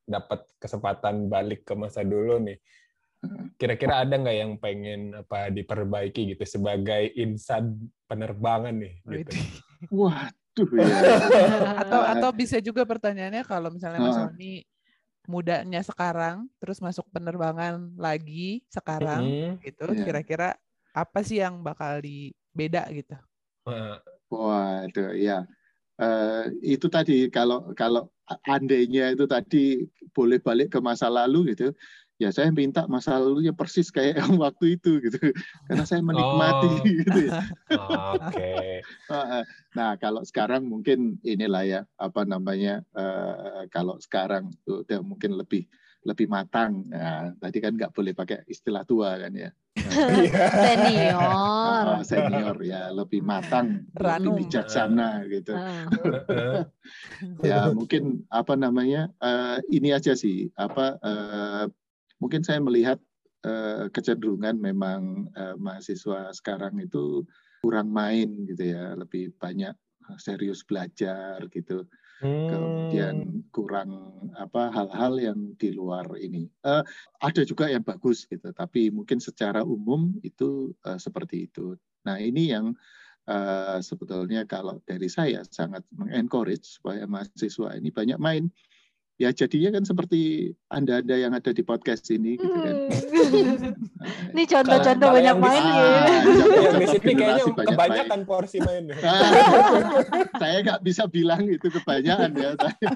dapat kesempatan balik ke masa dulu nih. Kira-kira ada nggak yang pengen apa diperbaiki gitu sebagai insan penerbangan nih? Gitu. Waduh ya. atau atau bisa juga pertanyaannya kalau misalnya Mas Ah. Sony mudanya sekarang terus masuk penerbangan lagi sekarang Mm-hmm. gitu, Iya. kira-kira apa sih yang bakal di beda gitu? Nah, Waduh ya. Eh, itu tadi kalau kalau andainya itu tadi boleh balik ke masa lalu gitu, ya saya minta masa lalunya persis kayak yang waktu itu gitu, karena saya menikmati Oh. gitu ya. Oke. Nah kalau sekarang mungkin inilah ya apa namanya eh, kalau sekarang tuh udah mungkin lebih lebih matang. Nah, tadi kan nggak boleh pakai istilah tua kan ya. Senior. Oh, senior ya, lebih matang, Ranum. lebih bijaksana gitu. Ah. Ya mungkin apa namanya eh, ini aja sih apa eh, mungkin saya melihat eh, kecenderungan memang eh, mahasiswa sekarang itu kurang main gitu ya, lebih banyak serius belajar gitu. Hmm. Kemudian kurang apa hal-hal yang di luar ini. Uh, ada juga yang bagus gitu, tapi mungkin secara umum itu uh, seperti itu. Nah ini yang uh, sebetulnya kalau dari saya sangat mengencourage supaya mahasiswa ini banyak main. Ya jadinya kan seperti Anda-Anda yang ada di podcast ini gitu kan. Ini contoh-contoh Kalau- kalau banyak yang di- main Ah, ya. contoh-contoh Yang di sini kayaknya generasi banyak kebanyakan main. porsi mainnya. Ah, saya nggak bisa bilang itu kebanyakan ya.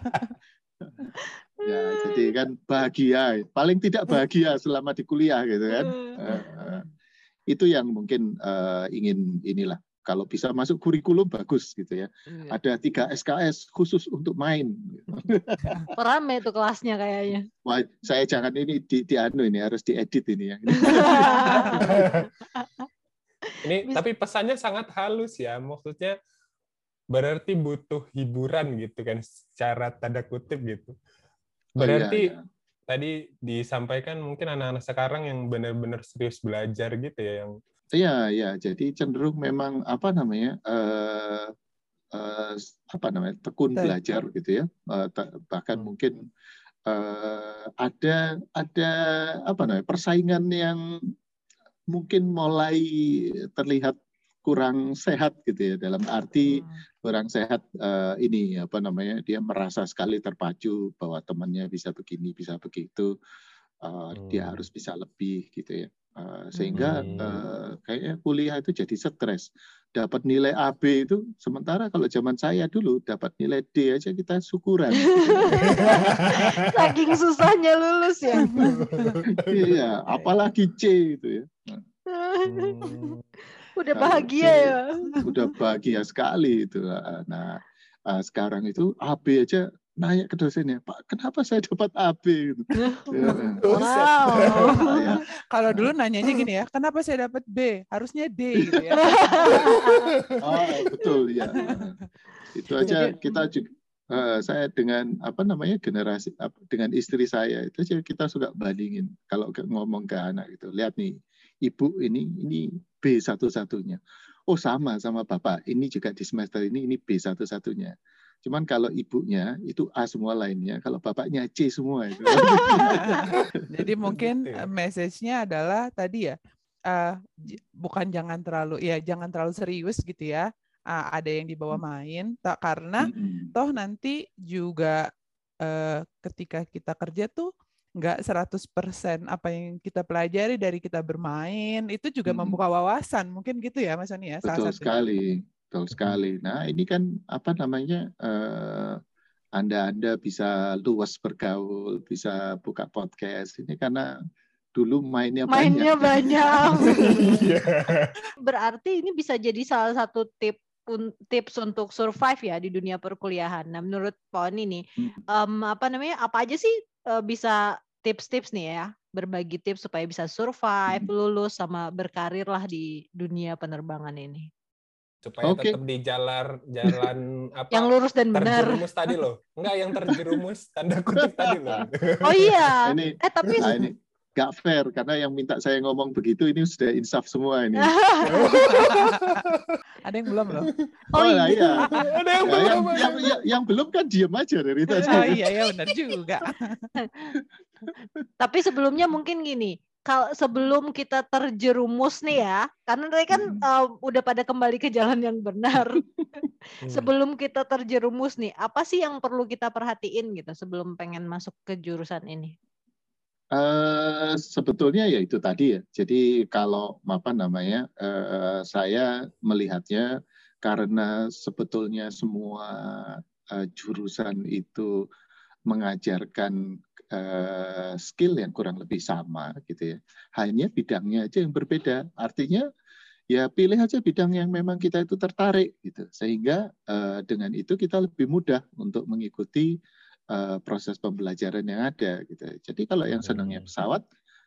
Ya, jadi kan bahagia, paling tidak bahagia selama di kuliah gitu kan. Uh, uh, itu yang mungkin uh, ingin inilah. Kalau bisa masuk kurikulum bagus gitu ya. Ada tiga S K S khusus untuk main. Rame tuh kelasnya kayaknya. Wah, saya jangan ini di, di anu ini harus diedit ini ya. Ini Bis- tapi pesannya sangat halus ya. Maksudnya berarti butuh hiburan gitu kan secara tanda kutip gitu. Berarti Oh, iya, iya. tadi disampaikan mungkin anak-anak sekarang yang benar-benar serius belajar gitu ya yang Iya, ya. Jadi cenderung memang apa namanya eh, eh, apa namanya tekun Betul. belajar gitu ya. Eh, ta- bahkan Hmm. mungkin eh, ada ada apa namanya persaingan yang mungkin mulai terlihat kurang sehat gitu ya. Dalam arti kurang sehat eh, ini apa namanya dia merasa sekali terpacu bahwa temannya bisa begini bisa begitu. Uh, dia Hmm. harus bisa lebih gitu ya, uh, sehingga Hmm. uh, kayaknya kuliah itu jadi stres. Dapat nilai A B itu, sementara kalau zaman saya dulu dapat nilai D aja kita syukuran. Saking susahnya lulus ya. Iya, apalagi C itu ya. Hmm. Udah Kalau bahagia C, ya. udah bahagia sekali itu. Nah, uh, sekarang itu A B aja nanya ke dosennya, Pak, kenapa saya dapat A B? Gitu. Ya, Wow. ya. Kalau dulu nanyanya gini ya, kenapa saya dapat B? Harusnya D gitu ya. Oh, betul ya. Itu aja Jadi- kita juga eh, saya dengan apa namanya generasi apa, dengan istri saya itu aja kita suka bandingin kalau ke- ngomong ke anak itu. Lihat nih, ibu ini ini B satu-satunya. Oh sama sama bapak. Ini juga di semester ini ini B satu-satunya. Cuman kalau ibunya itu A semua lainnya, kalau bapaknya C semua itu. Jadi mungkin Gitu ya. uh, message-nya adalah tadi ya, uh, j- bukan jangan terlalu ya jangan terlalu serius gitu ya. Uh, ada yang dibawa main, tak karena Mm-mm. toh nanti juga uh, ketika kita kerja tuh nggak seratus persen apa yang kita pelajari dari kita bermain itu juga Mm-mm. membuka wawasan, mungkin gitu ya Mas Sony ya, salah Betul satunya. sekali, betul sekali. Nah ini kan apa namanya eh, Anda-anda bisa luas bergaul, bisa buka podcast ini karena dulu mainnya, Mainnya banyak. banyak. Berarti ini bisa jadi salah satu tip un- tips untuk survive ya di dunia perkuliahan. Nah, menurut Pak Oni nih, Hmm. em, apa namanya? Apa aja sih eh, bisa tips-tips nih ya, berbagi tips supaya bisa survive, Hmm. lulus sama berkarir lah di dunia penerbangan ini. supaya Oke. tetap di jalan jalan apa Yang lurus dan benar. terjerumus tadi loh. Enggak yang terjerumus tanda kutip tadi loh. Oh iya. Ini, Eh tapi nah ini nggak fair karena yang minta saya ngomong begitu ini sudah insaf semua ini. Ada yang belum loh. Oh, Oh lah, iya. iya. Ada yang Ya, belum. yang, yang, yang, yang belum kan diem aja dari tadi. Oh iya ya benar juga. Tapi sebelumnya mungkin gini, kalau sebelum kita terjerumus nih ya, karena tadi kan Hmm. uh, udah pada kembali ke jalan yang benar. Hmm. Sebelum kita terjerumus nih, apa sih yang perlu kita perhatiin gitu sebelum pengen masuk ke jurusan ini? Eh, sebetulnya ya itu tadi ya. Jadi kalau apa namanya, eh, saya melihatnya karena sebetulnya semua eh, jurusan itu mengajarkan eh, skill yang kurang lebih sama gitu ya. Hanya bidangnya aja yang berbeda. Artinya ya pilih aja bidang yang memang kita itu tertarik gitu. Sehingga eh, dengan itu kita lebih mudah untuk mengikuti uh, proses pembelajaran yang ada gitu. Jadi kalau yang senangnya pesawat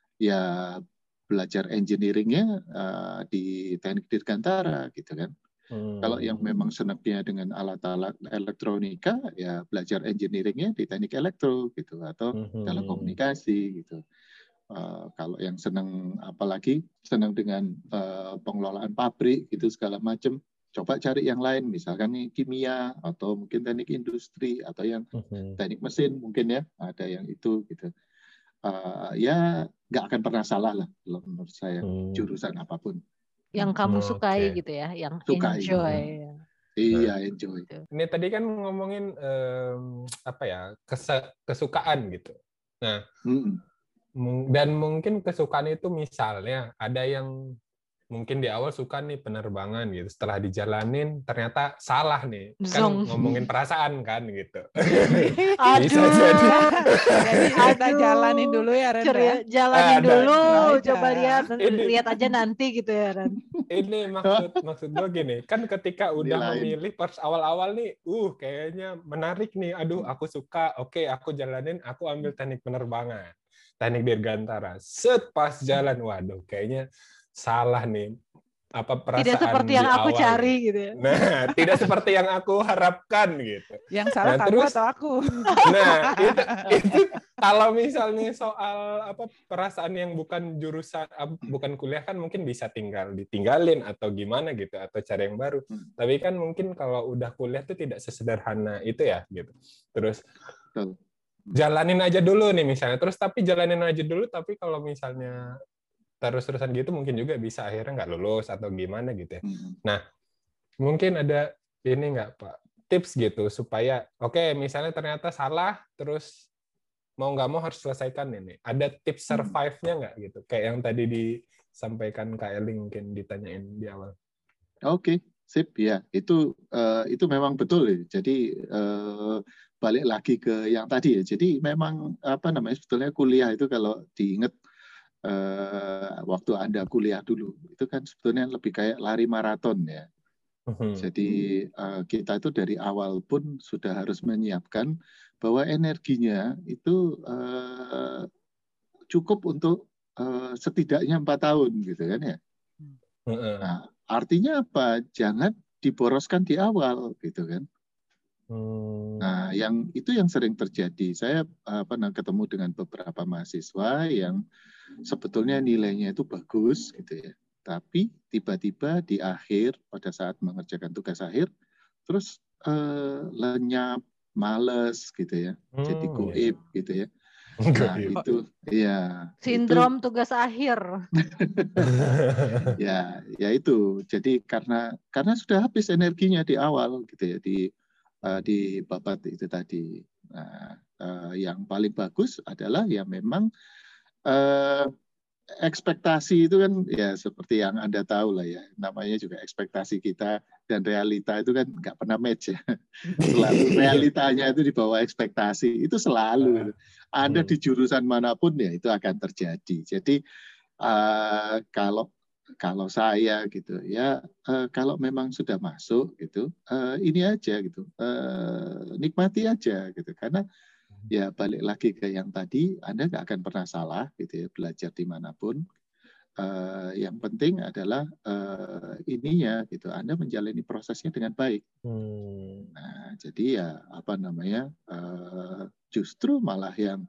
ya belajar engineering-nya uh, di Teknik Dirgantara gitu kan. Hmm. Kalau yang memang senangnya dengan alat-alat elektronika ya belajar engineering-nya di Teknik Elektro gitu atau hmm. telekomunikasi gitu. Uh, kalau yang senang apalagi senang dengan uh, pengelolaan pabrik gitu segala macam, coba cari yang lain, misalkan nih kimia atau mungkin teknik industri atau yang uh-huh. teknik mesin mungkin ya, ada yang itu gitu. Uh, ya nggak akan pernah salah lah menurut saya hmm. jurusan apapun. Yang kamu hmm, sukai okay. gitu ya, yang sukai. Enjoy. Hmm. Iya, enjoy. Ini tadi kan ngomongin um, apa ya kes- kesukaan gitu. Nah. Hmm. Dan mungkin kesukaan itu misalnya ada yang mungkin di awal suka nih penerbangan gitu, setelah dijalanin ternyata salah nih, kan Zong. Ngomongin perasaan kan gitu. Bisa jadi. Jadi kita jalanin dulu ya Ren. Ya? Jalanin ada. Dulu, aja. Coba lihat, ini. Lihat aja nanti gitu ya Ren. Ini maksud maksud gue gini, kan ketika udah memilih pas awal-awal nih, uh kayaknya menarik nih, aduh aku suka, oke aku jalanin, aku ambil teknik penerbangan. Teknik Dirgantara, set pas jalan, waduh, kayaknya salah nih, apa perasaan tidak seperti yang di aku awal. cari gitu ya. Nah, tidak seperti yang aku harapkan gitu. Yang salah nah, kamu terus, atau aku? Nah, itu, itu kalau misalnya soal apa perasaan yang bukan jurusan, bukan kuliah kan mungkin bisa tinggal ditinggalin atau gimana gitu, atau cari yang baru. Tapi kan mungkin kalau udah kuliah tuh tidak sesederhana itu ya gitu. Terus jalanin aja dulu nih misalnya, terus tapi jalanin aja dulu, tapi kalau misalnya terus-terusan gitu mungkin juga bisa akhirnya nggak lulus atau gimana gitu ya. Nah, mungkin ada ini nggak Pak, tips gitu supaya, oke okay, misalnya ternyata salah, terus mau nggak mau harus selesaikan ini. Ada tips survive-nya nggak gitu? Kayak yang tadi disampaikan Kak Eli mungkin ditanyain di awal. Oke, okay. Sip ya. Itu uh, itu memang betul ya. Jadi uh, balik lagi ke yang tadi ya. Jadi memang apa namanya sebetulnya kuliah itu kalau diingat uh, waktu Anda kuliah dulu itu kan sebetulnya lebih kayak lari maraton ya. Uh-huh. Jadi uh, kita itu dari awal pun sudah harus menyiapkan bahwa energinya itu uh, cukup untuk uh, setidaknya empat tahun gitu kan ya. Uh-huh. Nah, artinya apa? Jangan diboroskan di awal gitu kan. Hmm. Nah, yang itu yang sering terjadi. Saya uh, pernah ketemu dengan beberapa mahasiswa yang sebetulnya nilainya itu bagus gitu ya. Tapi tiba-tiba di akhir pada saat mengerjakan tugas akhir terus uh, lenyap, males gitu ya. Hmm, jadi goib iya. gitu ya. Nah, itu ya sindrom itu, tugas akhir. ya, ya itu. Jadi karena karena sudah habis energinya di awal gitu ya di uh, di babat itu tadi. Nah, uh, yang paling bagus adalah ya memang uh, ekspektasi itu kan ya seperti yang Anda tahu lah ya, namanya juga ekspektasi kita dan realita itu kan nggak pernah match ya. Selalu realitanya itu di bawah ekspektasi, itu selalu. Anda di jurusan manapun ya itu akan terjadi. Jadi uh, kalau kalau saya gitu ya, uh, kalau memang sudah masuk gitu, uh, ini aja gitu, uh, nikmati aja gitu, karena ya balik lagi ke yang tadi, Anda nggak akan pernah salah gitu ya, belajar dimanapun. Uh, yang penting adalah uh, ininya gitu, Anda menjalani prosesnya dengan baik. Hmm. Nah, jadi ya apa namanya, uh, justru malah yang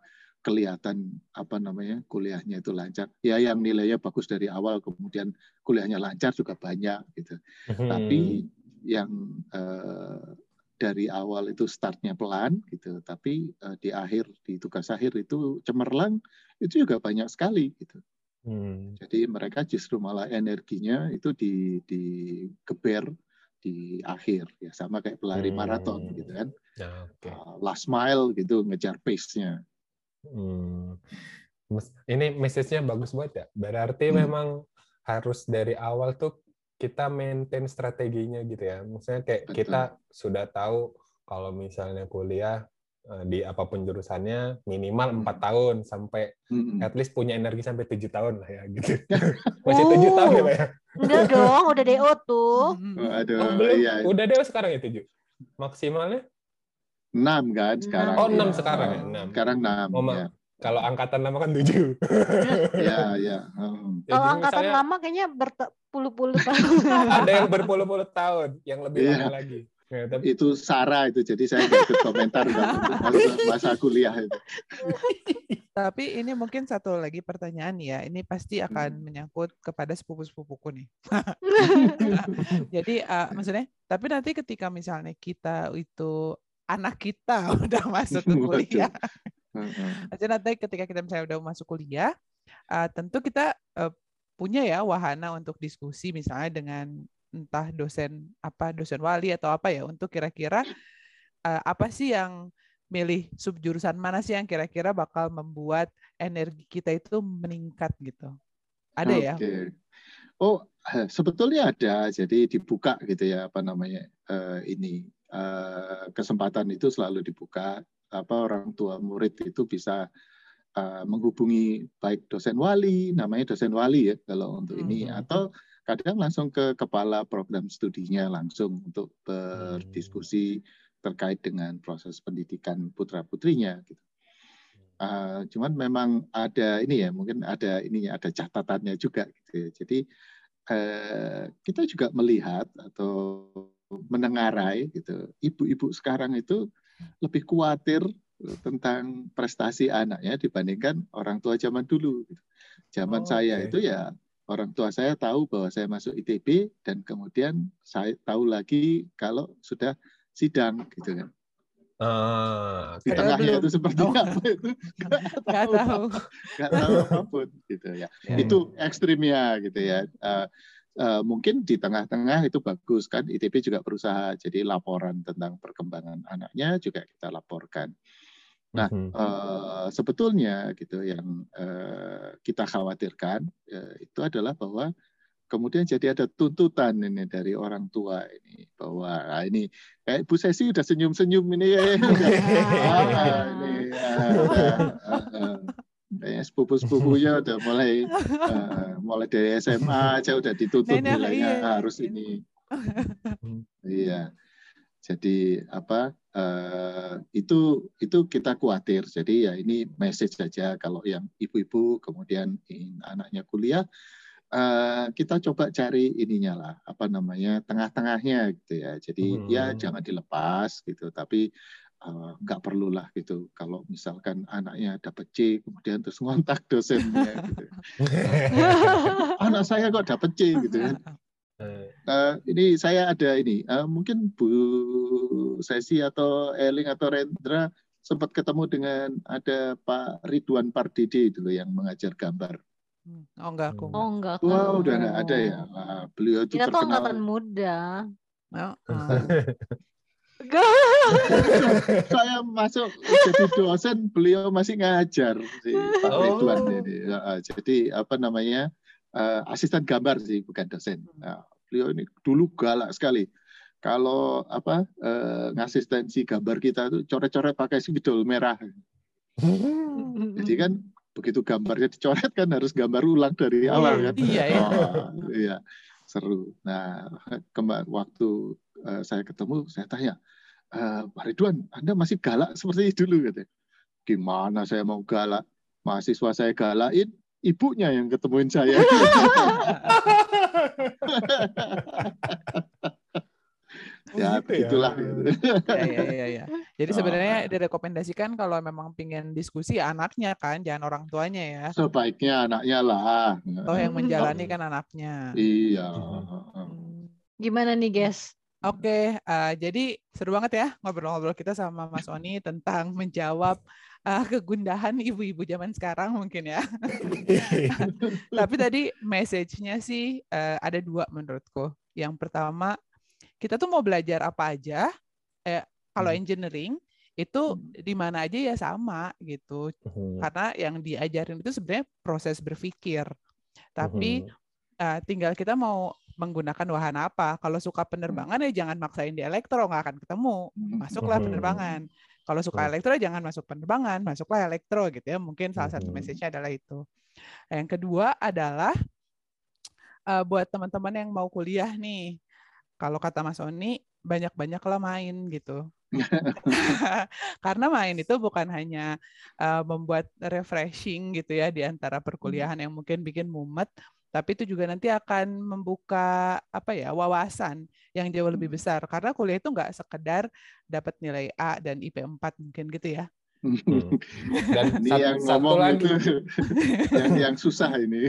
kelihatan apa namanya kuliahnya itu lancar. Ya yang nilainya bagus dari awal kemudian kuliahnya lancar juga banyak gitu. Hmm. Tapi yang eh, dari awal itu startnya pelan gitu, tapi eh, di akhir di tugas akhir itu cemerlang itu juga banyak sekali gitu. Hmm. Jadi mereka justru malah energinya itu di digeber di akhir ya, sama kayak pelari hmm. maraton gitu kan. Ya, okay. uh, last mile gitu ngejar pace-nya. Hmm. Ini message-nya bagus banget ya. Berarti hmm. memang harus dari awal tuh kita maintain strateginya gitu ya. Maksudnya kayak Betul. Kita sudah tahu kalau misalnya kuliah di apapun jurusannya minimal empat hmm. tahun sampai hmm. at least punya energi sampai tujuh tahun lah ya gitu. Masih tujuh tahun ya Pak ya? Enggak dong, udah D O tuh. Oh, aduh, oh, belum, iya. Udah D O sekarang ya tujuh? Maksimalnya? enam kan sekarang. Oh enam ya. Sekarang ya? enam. Sekarang enam oh, ya. Kalau angkatan lama kan tujuh. Ya, ya. Um. Kalau angkatan misalnya, lama kayaknya berpuluh-puluh tahun. Ada yang berpuluh-puluh tahun, yang lebih yeah. lama lagi. Ya, tapi... Itu Sarah itu, jadi saya nggak ikut komentar masa kuliah itu. Tapi ini mungkin satu lagi pertanyaan ya, ini pasti akan hmm. menyangkut kepada sepupu-sepupuku nih. Jadi uh, maksudnya, tapi nanti ketika misalnya kita itu anak kita udah masuk ke kuliah, jadi nanti ketika kita misalnya udah masuk kuliah, uh, tentu kita uh, punya ya wahana untuk diskusi misalnya dengan entah dosen apa dosen wali atau apa ya untuk kira-kira uh, apa sih yang milih subjurusan mana sih yang kira-kira bakal membuat energi kita itu meningkat gitu. Ada okay. ya? Oh, sebetulnya ada. Jadi dibuka gitu ya apa namanya uh, ini uh, kesempatan itu selalu dibuka. Apa orang tua murid itu bisa uh, menghubungi baik dosen wali, namanya dosen wali ya kalau untuk hmm. ini atau kadang langsung ke kepala program studinya langsung untuk berdiskusi terkait dengan proses pendidikan putra-putrinya. Gitu. Uh, cuman memang ada ini ya, mungkin ada ininya, ada catatannya juga. Gitu ya. Jadi uh, kita juga melihat atau menengarai, gitu, ibu-ibu sekarang itu lebih khawatir tentang prestasi anaknya dibandingkan orang tua zaman dulu. Gitu. Zaman oh, saya okay. itu ya orang tua saya tahu bahwa saya masuk I T B dan kemudian saya tahu lagi kalau sudah sidang gitu kan. Uh, di tengahnya itu seperti oh. apa itu nggak tahu nggak tahu apapun gitu ya. Yeah. Itu ekstrimnya gitu ya. Uh, uh, mungkin di tengah-tengah itu bagus kan, I T B juga berusaha jadi laporan tentang perkembangan anaknya juga kita laporkan. Nah, mm-hmm. uh, sebetulnya gitu yang uh, kita khawatirkan uh, itu adalah bahwa kemudian jadi ada tuntutan ini dari orang tua ini bahwa nah ini kayak Bu Sesi udah senyum-senyum ini ya. ah, ini uh, udah, uh, uh, sepupu-sepupunya udah mulai uh, mulai dari S M A aja udah dituntut nilainya iya. harus ini. Iya. Jadi apa? Uh, itu itu kita khawatir. Jadi ya ini message saja kalau yang ibu-ibu kemudian anaknya kuliah, uh, kita coba cari ininya lah, apa namanya tengah-tengahnya gitu ya. Jadi hmm. ya jangan dilepas gitu, tapi uh, nggak perlulah gitu. Kalau misalkan anaknya dapat C, kemudian terus ngontak dosennya. Gitu. Anak saya kok dapat C gitu kan. Uh, ini saya ada ini uh, mungkin Bu Sesi atau Eling atau Rendra sempat ketemu dengan ada Pak Ridwan Pardede dulu yang mengajar gambar. Oh enggak aku. Oh enggak. Wow, udah enggak ada ya. Nah, beliau itu kita terkenal. Kita tuh angkatan muda. Oh. Saya masuk jadi dosen, beliau masih ngajar si Pak oh. Ridwan ini. Uh, jadi apa namanya? Uh, asisten gambar sih, bukan dosen. Nah, beliau ini dulu galak sekali. Kalau apa uh, ngasistensi gambar kita tuh coret-coret pakai spidol merah. Jadi kan begitu gambarnya dicoret kan harus gambar ulang dari awal kan. Iya, iya. Oh, iya. Seru. Nah, kembali waktu uh, saya ketemu, saya tanya, uh, Pak Ridwan, Anda masih galak seperti dulu katanya. Gimana saya mau galak? Mahasiswa saya galakin, ibunya yang ketemuin saya. Ya, gitu ya. begitulah. Gitu. Ya, ya, ya, ya. Jadi Oh. sebenarnya direkomendasikan kalau memang pingin diskusi anaknya kan, jangan orang tuanya ya. Sebaiknya anaknya lah. Toh yang menjalani Hmm. kan anaknya. Iya. Hmm. Gimana nih, guys? Oke, uh, jadi seru banget ya ngobrol-ngobrol kita sama Mas Oni tentang menjawab uh, kegundahan ibu-ibu zaman sekarang mungkin ya. Tapi tadi message-nya sih uh, ada dua menurutku. Yang pertama, kita tuh mau belajar apa aja, eh, kalau Hmm. engineering itu di mana aja ya sama gitu. Hmm. Karena yang diajarin itu sebenarnya proses berpikir. Tapi Hmm. uh, tinggal kita mau menggunakan wahana apa. Kalau suka penerbangan ya jangan maksain di elektro, nggak akan ketemu. Masuklah Hmm. penerbangan. Kalau suka Hmm. elektro jangan masuk penerbangan, masuklah elektro gitu ya. Mungkin salah satu Hmm. message-nya adalah itu. Yang kedua adalah uh, buat teman-teman yang mau kuliah nih. Kalau kata Mas Oni, banyak-banyaklah main gitu. Karena main itu bukan hanya uh, membuat refreshing gitu ya di antara perkuliahan yang mungkin bikin mumet, tapi itu juga nanti akan membuka apa ya wawasan yang jauh lebih besar. Karena kuliah itu nggak sekedar dapat nilai A dan I P empat mungkin gitu ya. Hmm. Dan Ini satu, yang satu ngomong lagi, itu yang yang susah ini.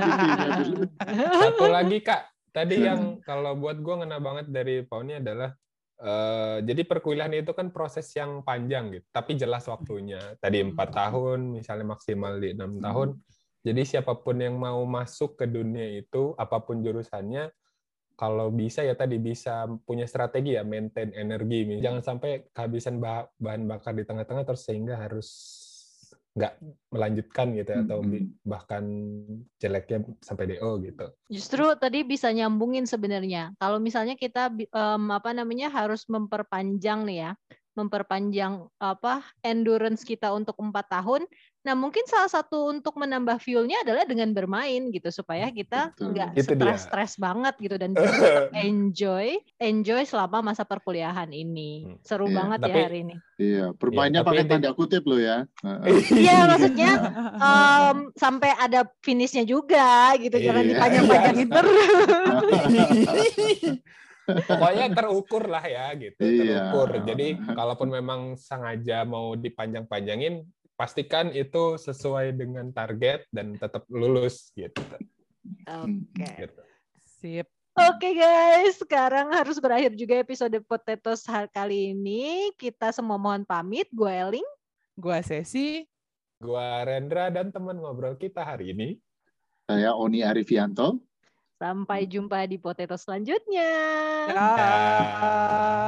satu lagi Kak, tadi yang kalau buat gue ngena banget dari Pak Oni adalah uh, jadi perkuliahan itu kan proses yang panjang gitu, tapi jelas waktunya. Tadi empat tahun, misalnya maksimal di enam tahun. Jadi siapapun yang mau masuk ke dunia itu, apapun jurusannya, kalau bisa ya tadi bisa punya strategi ya, maintain energi. Jangan sampai kehabisan bahan bakar di tengah-tengah terus sehingga harus nggak melanjutkan gitu ya, atau bahkan jeleknya sampai D O gitu. Justru tadi bisa nyambungin sebenarnya. Kalau misalnya kita um, apa namanya harus memperpanjang nih ya, memperpanjang apa endurance kita untuk empat tahun. Nah mungkin salah satu untuk menambah fuel-nya adalah dengan bermain gitu supaya kita nggak stres-stres banget gitu dan bisa enjoy enjoy selama masa perkuliahan ini. Seru iya, banget tapi, ya hari ini. Iya, bermainnya iya, pakai tapi, tanda kutip loh ya. Iya maksudnya um, sampai ada finishnya juga gitu, jangan iya, dipanjang-panjangin terus. Pokoknya terukur lah ya gitu, Iya. terukur. Jadi kalaupun memang sengaja mau dipanjang-panjangin, pastikan itu sesuai dengan target dan tetap lulus gitu. Oke. Okay. Gitu. Sip. Oke okay guys, sekarang harus berakhir juga episode Potatoes kali ini. Kita semua mohon pamit. Gue Eling, gue Sesi, gue Rendra, dan teman ngobrol kita hari ini saya Oni Arifianto. Sampai jumpa di Potatoes selanjutnya. Ya.